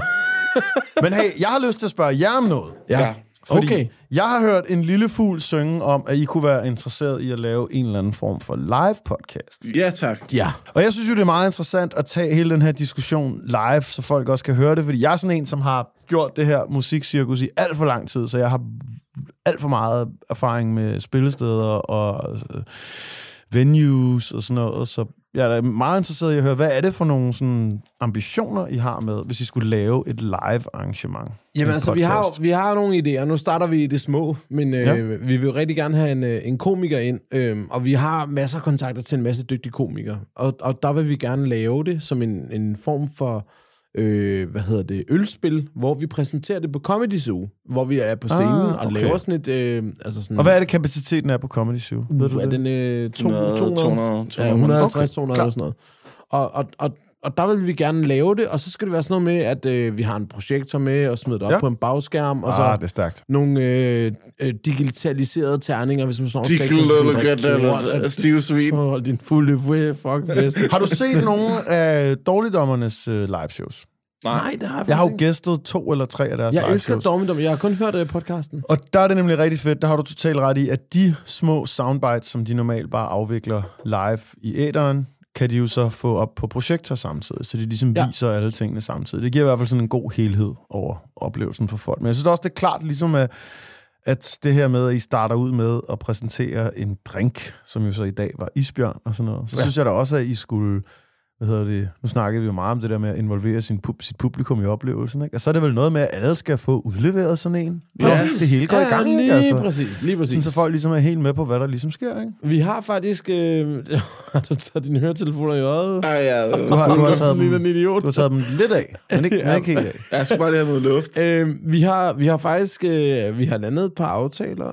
Men hey, jeg har lyst til at spørge jer om noget. Ja. Fordi jeg har hørt en lille fugl synge om, at I kunne være interesseret i at lave en eller anden form for live podcast. Ja, tak. Ja. Og jeg synes jo, det er meget interessant at tage hele den her diskussion live, så folk også kan høre det, fordi jeg er sådan en, som har gjort det her musikcirkus i alt for lang tid, så jeg har alt for meget erfaring med spillesteder og venues og sådan noget, så jeg er meget interesseret i at høre, hvad er det for nogle sådan ambitioner, I har med, hvis I skulle lave et live arrangement? Jamen altså, vi har nogle idéer. Nu starter vi i det små, men vi vil jo rigtig gerne have en komiker ind, og vi har masser af kontakter til en masse dygtige komikere, og der vil vi gerne lave det som en form for ølspil, hvor vi præsenterer det på Comedy Zoo, hvor vi er på scenen og laver sådan et... Og hvad er det, kapaciteten er på Comedy Zoo? Ved du det? Den 200, 150-200 eller sådan noget. Og der vil vi gerne lave det, og så skal det være sådan noget med, at vi har en projektor med og smider det op på en bagskærm, og så det er stærkt. nogle digitaliserede terninger, hvis man sådan noget stive svin. Din fulde fuck bedste. Har du set nogle af Dårligdommernes live shows? Nej, det har jeg har jo gæstet 2 eller 3 af deres live shows. Jeg elsker Dårligdom, jeg har kun hørt podcasten. Og der er det nemlig rigtig fedt, der har du totalt ret i, at de små soundbites, som de normalt bare afvikler live i æteren, kan de jo så få op på projektor samtidig, så de ligesom viser alle tingene samtidig. Det giver i hvert fald sådan en god helhed over oplevelsen for folk. Men jeg synes også, det er klart ligesom, at det her med, at I starter ud med at præsentere en drink, som jo så i dag var isbjørn og sådan noget, så synes jeg da også, at I skulle... Nu snakkede vi jo meget om det der med at involvere sit publikum i oplevelsen, ikke? Og så er det vel noget med, at alle skal få udleveret sådan en. Præcis. Det hele går i gang, lige ikke? Altså, præcis. Sådan, så folk ligesom er helt med på, hvad der ligesom sker, ikke? Vi har faktisk... Har du taget dine høretelefoner i øjet? Ej, ja. Du har taget dem, en idiot. du har taget dem lidt af, men ikke helt af. Jeg skal bare lige have noget luft. Vi har faktisk... vi har landet et par aftaler.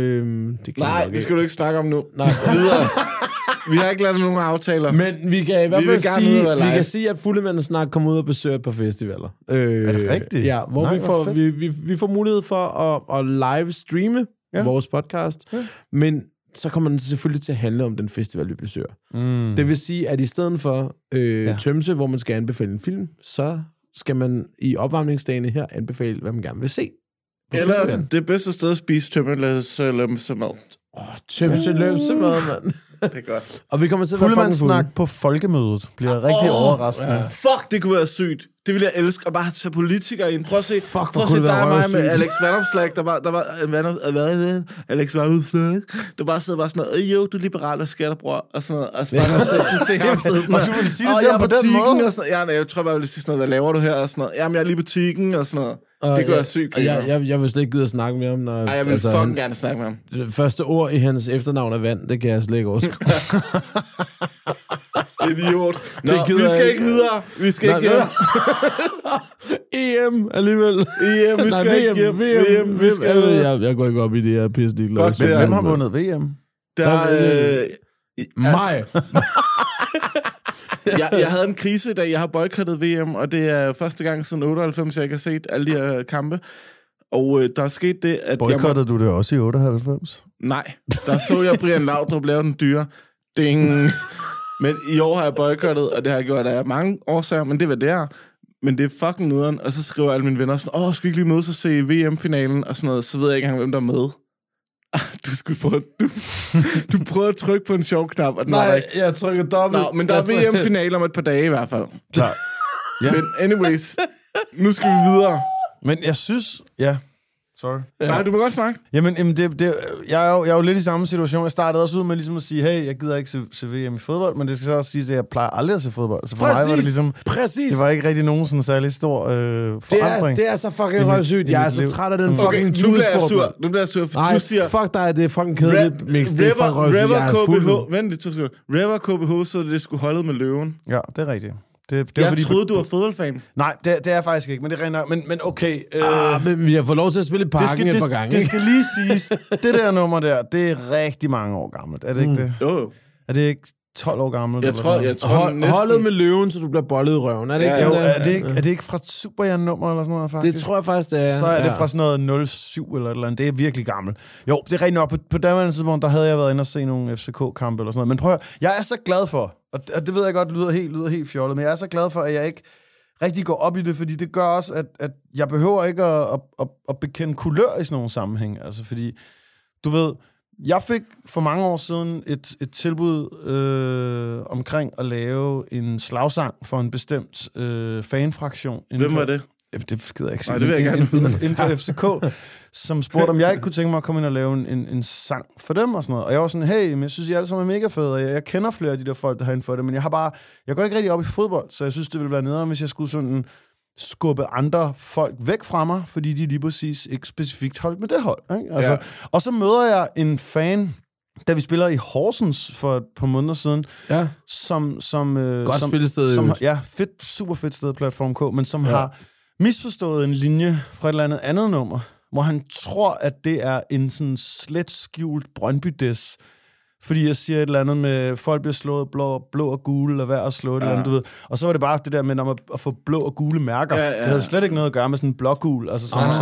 Det skal du ikke snakke om nu. Nej, videre. Vi har ikke lavet nogen aftaler. Men vi kan i hvert fald sige, at Fuldemanden snart kommer ud og besøger et par festivaler. Er det rigtigt? Ja, hvor vi får mulighed for at live streame vores podcast, men så kommer den selvfølgelig til at handle om den festival, vi besøger. Det vil sige, at i stedet for Tømse, hvor man skal anbefale en film, så skal man i opvarmningsdagene her anbefale, hvad man gerne vil se. Eller det bedste sted at spise tømmerlømsemad. Tømselømsemad, mand. Det er godt. Og vi kommer til at være fucking fulde. Snak på folkemødet bliver rigtig overraskende. Ja. Fuck, det kunne være sygt. Det ville jeg elske. Og bare tage politikere ind. Prøv at se dig og mig med Alex Vanopslagh, der var Alex Vanopslagh, der bare sidder bare sådan noget, jo, du er liberal og skatterbror, og sådan noget. Og så bare se ham sidde sådan noget. Og du vil sige det til ham på den måde? Jeg tror bare, jeg vil sige sådan noget, hvad laver du her? Og sådan noget. Jamen, jeg er lige i butikken og sådan noget. Det kunne være sygt. Jeg vil slet ikke gide at snakke med ham. Jeg vil fucking gerne snakke med ham. Det første ord i hans efternavn er vand, det kan jeg slet ikke overskue. Idiot. Nå, vi skal ikke videre. Vi skal ikke hjem. EM alligevel. EM, vi skal ikke hjem. VM, vi skal... Jeg går ikke op i det her pisse ligeglade. Men hvem har vundet VM? Mig. Jeg havde en krise i dag. Jeg har boykottet VM, og det er første gang siden 98, jeg ikke har set alle de her kampe. Og der er sket det, at... Boykottede du det også i 98? Nej, der så jeg Brian Laudrup lave den dyre. Ding. Men i år har jeg boykottet, og det har jeg gjort af mange årsager, men det var der. Men det er fucking nederen. Og så skriver alle mine venner sådan, skal vi ikke lige mødes og se VM-finalen og sådan noget, så ved jeg ikke engang, hvem der er med. Du prøvede at trykke på en sjov knap, og den var der ikke. Jeg trykker dobbelt. Men der er VM-finale om et par dage i hvert fald. Klar. Ja. Men anyways, nu skal vi videre. Men jeg synes, Sorry. Nej, du må godt snakke. Jamen jeg er jo lidt i samme situation. Jeg startede også ud med ligesom at sige, hey, jeg gider ikke se VM i fodbold, men det skal så også sige, at jeg plejer aldrig at se fodbold. Så for mig var det ligesom... Præcis. Det var ikke rigtig nogen sådan særlig stor forandring. Det er så fucking røvsygt. Jeg er så træt af den fucking tudesport. Nu bliver jeg sur, for Nej, du siger... fuck dig, det er fucking kedeligt, Mix. Det er fucking røvsygt. Jeg er fuld. Vent lidt, 2 sekunder. Rever KBH, så det skulle holdet med løven. Ja, det er rigtigt. Det jeg troede, du var fodboldfan. Nej, det er jeg faktisk ikke, men det er rent. Men okay. Men vi har fået lov til at spille i parken et par gange. Det skal lige siges, det der nummer der, det er rigtig mange år gammelt. Er det ikke det? Jo. Er det ikke 12 år gammelt? Jeg tror næsten... Holdet med løven, så du bliver bollet i røven. Er det ikke sådan? Er det ikke fra Superjan-nummer eller sådan noget, faktisk? Det tror jeg faktisk, det er. Så er det fra sådan noget 07 eller et eller andet. Det er virkelig gammelt. Jo, det er rigtig nok. På daværende tidspunkt, der havde jeg været inde og se nogle FCK-kampe eller sådan noget. Men prøv at, jeg er så glad for, og det ved jeg godt, lyder helt fjollet, men jeg er så glad for, at jeg ikke rigtig går op i det, fordi det gør også, at jeg behøver ikke at bekende kulør i sådan nogle sammenhæng. Altså, fordi, du ved... Jeg fik for mange år siden et tilbud omkring at lave en slagsang for en bestemt fanfraktion. Hvem var det? Det skider jeg ikke sige. Nej, det vil jeg gerne vide. Inden for FCK, som spurgte, om jeg ikke kunne tænke mig at komme ind og lave en sang for dem og sådan noget. Og jeg var sådan, hey, men jeg synes, I alle sammen er mega fede, og jeg kender flere af de der folk, der har inden for det, men jeg går ikke rigtig op i fodbold, så jeg synes, det ville være nederen, hvis jeg skulle sådan skubbe andre folk væk fra mig, fordi de lige præcis ikke specifikt holdt med det hold. Ikke? Altså, og så møder jeg en fan, da vi spiller i Horsens for et par måneder siden, som godt spillested. Ja, super fedt sted, Platform K, men som har misforstået en linje fra et eller andet nummer, hvor han tror, at det er en sådan slet skjult Brøndby-diss, fordi jeg siger et eller andet med, folk bliver slået blå og gule, eller hvad at slå et eller andet, du ved. Og så var det bare det der med at få blå og gule mærker. Det havde slet ikke noget at gøre med sådan en blågul, altså sådan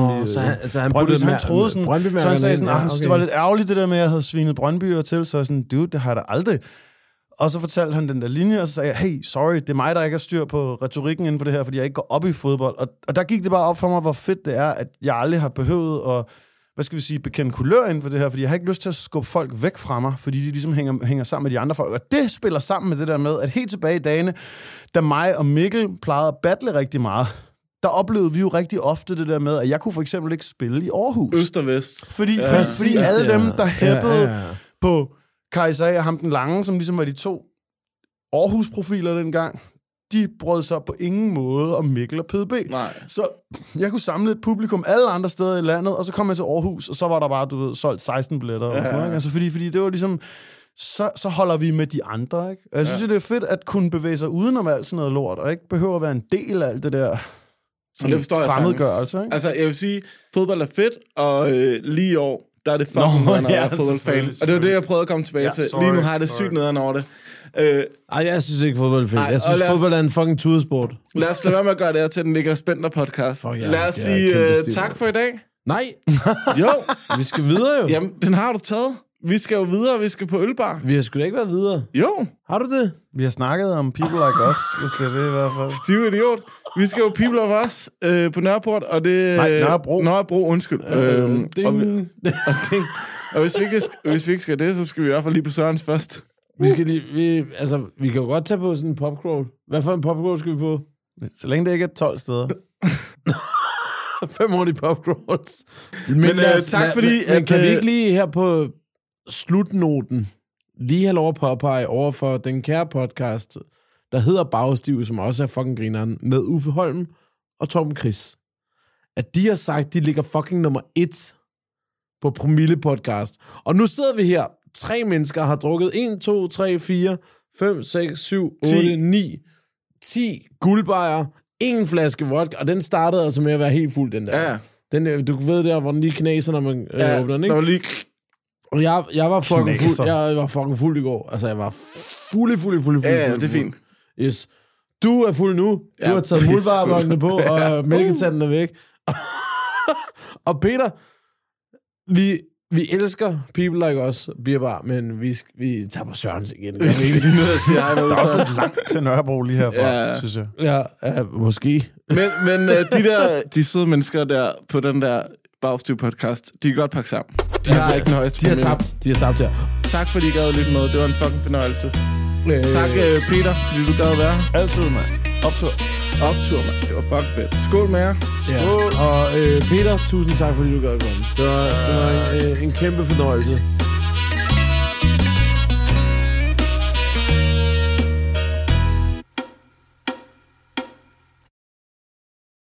han Brøndby, han troede sådan, så han sagde sådan, det var lidt ærgerligt det der med, at jeg havde svinet Brøndby til, så jeg sådan, dude, det har jeg da aldrig. Og så fortalte han den der linje, og så sagde jeg, hey, sorry, det er mig, der ikke har styr på retorikken inden for det her, fordi jeg ikke går op i fodbold. Og der gik det bare op for mig, hvor fedt det er, at jeg aldrig har behøvet at, hvad skal vi sige, bekende kulør inden for det her, fordi jeg har ikke lyst til at skubbe folk væk fra mig, fordi de ligesom hænger sammen med de andre folk. Og det spiller sammen med det der med, at helt tilbage i dagene, da mig og Mikkel plejede at battle rigtig meget, der oplevede vi jo rigtig ofte det der med, at jeg kunne for eksempel ikke spille i Aarhus. Øst og vest. Fordi alle dem, der hæppede på Kajsa og ham den lange, som ligesom var de 2 Aarhus-profiler dengang, de brød sig på ingen måde om Mikkel og PDB. Nej. Så jeg kunne samle et publikum alle andre steder i landet, og så kom jeg til Aarhus, og så var der bare, du ved, solgt 16 billetter. Og sådan noget. Altså, fordi det var ligesom, så holder vi med de andre, ikke? Og jeg synes, det er fedt at kunne bevæge sig udenom alt sådan noget lort, og ikke behøver at være en del af alt det der fremmedgørelse, ikke? Altså, jeg vil sige, fodbold er fedt, og lige i år, der er det fucking nederen at være fodboldfan. Og det var det, jeg prøvede at komme tilbage til. Lige nu har jeg det sygt nederen over det. Jeg synes ikke, fodbold er fedt. Jeg synes, fodbold er en fucking tudesport. Lad os lade være med at gøre det her til den Nicklas Bender podcast. Lad os sige tak for i dag. Nej. Jo. Vi skal videre jo. Jamen, den har du taget. Vi skal jo videre, vi skal på ølbar. Vi har sgu da ikke været videre. Jo. Har du det? Vi har snakket om People Like Us, hvis det er det i hvert fald. Stiv idiot. Vi skal jo People Like Us på Nørreport, og det... Nej, Nørrebro. Nørrebro, undskyld. Og hvis vi ikke skal det, så skal vi i hvert fald lige på Sørens først. Vi kan jo godt tage på sådan en popcrawl. Hvad for en popcrawl skal vi på? Så længe det ikke er 12 steder. 5 år i popcrawls. Men tak fordi... Men kan vi ikke lige her på slutnoten lige have lov at påpege over for den kære podcast, der hedder Bagstiv, som også er fucking grineren, med Uffe Holm og Torben Chris, at de har sagt, de ligger fucking nummer 1 på Promille Podcast. Og nu sidder vi her, 3 mennesker har drukket 1, 2, 3, 4, 5, 6, 7, 8, 9, 10 guldbajer, 1 flaske vodka, og den startede altså med at være helt fuld, den der. Ja. Den, du ved der, hvor den lige knaser, når man åbner den, ikke? Der var lige... Og jeg var fucking fuld. Jeg var fucking fuld i går. Altså, jeg var fuld. Ja, det er fint. Yes. Du er fuld nu. Du har taget muldvarebokkene på, og mælketanden er væk. Og Peter, vi elsker People Like Us Bierbar, men vi tager på Sørens igen. Der er også lidt langt til Nørrebro lige herfra, synes jeg. Ja, måske. Men de søde mennesker der på den der Bagstiv podcast, de kan godt pakke sammen. De har ikke den højeste. De har tabt her. Tak fordi I gad at lytte med. Det var en fucking fornøjelse. Tak Peter, fordi du gad at være her. Altid, mand. Optur, mand. Det var fucking fedt. Skål med jer. Ja. Skål. Og Peter, tusind tak, fordi du gad at komme. Det var en kæmpe fornøjelse.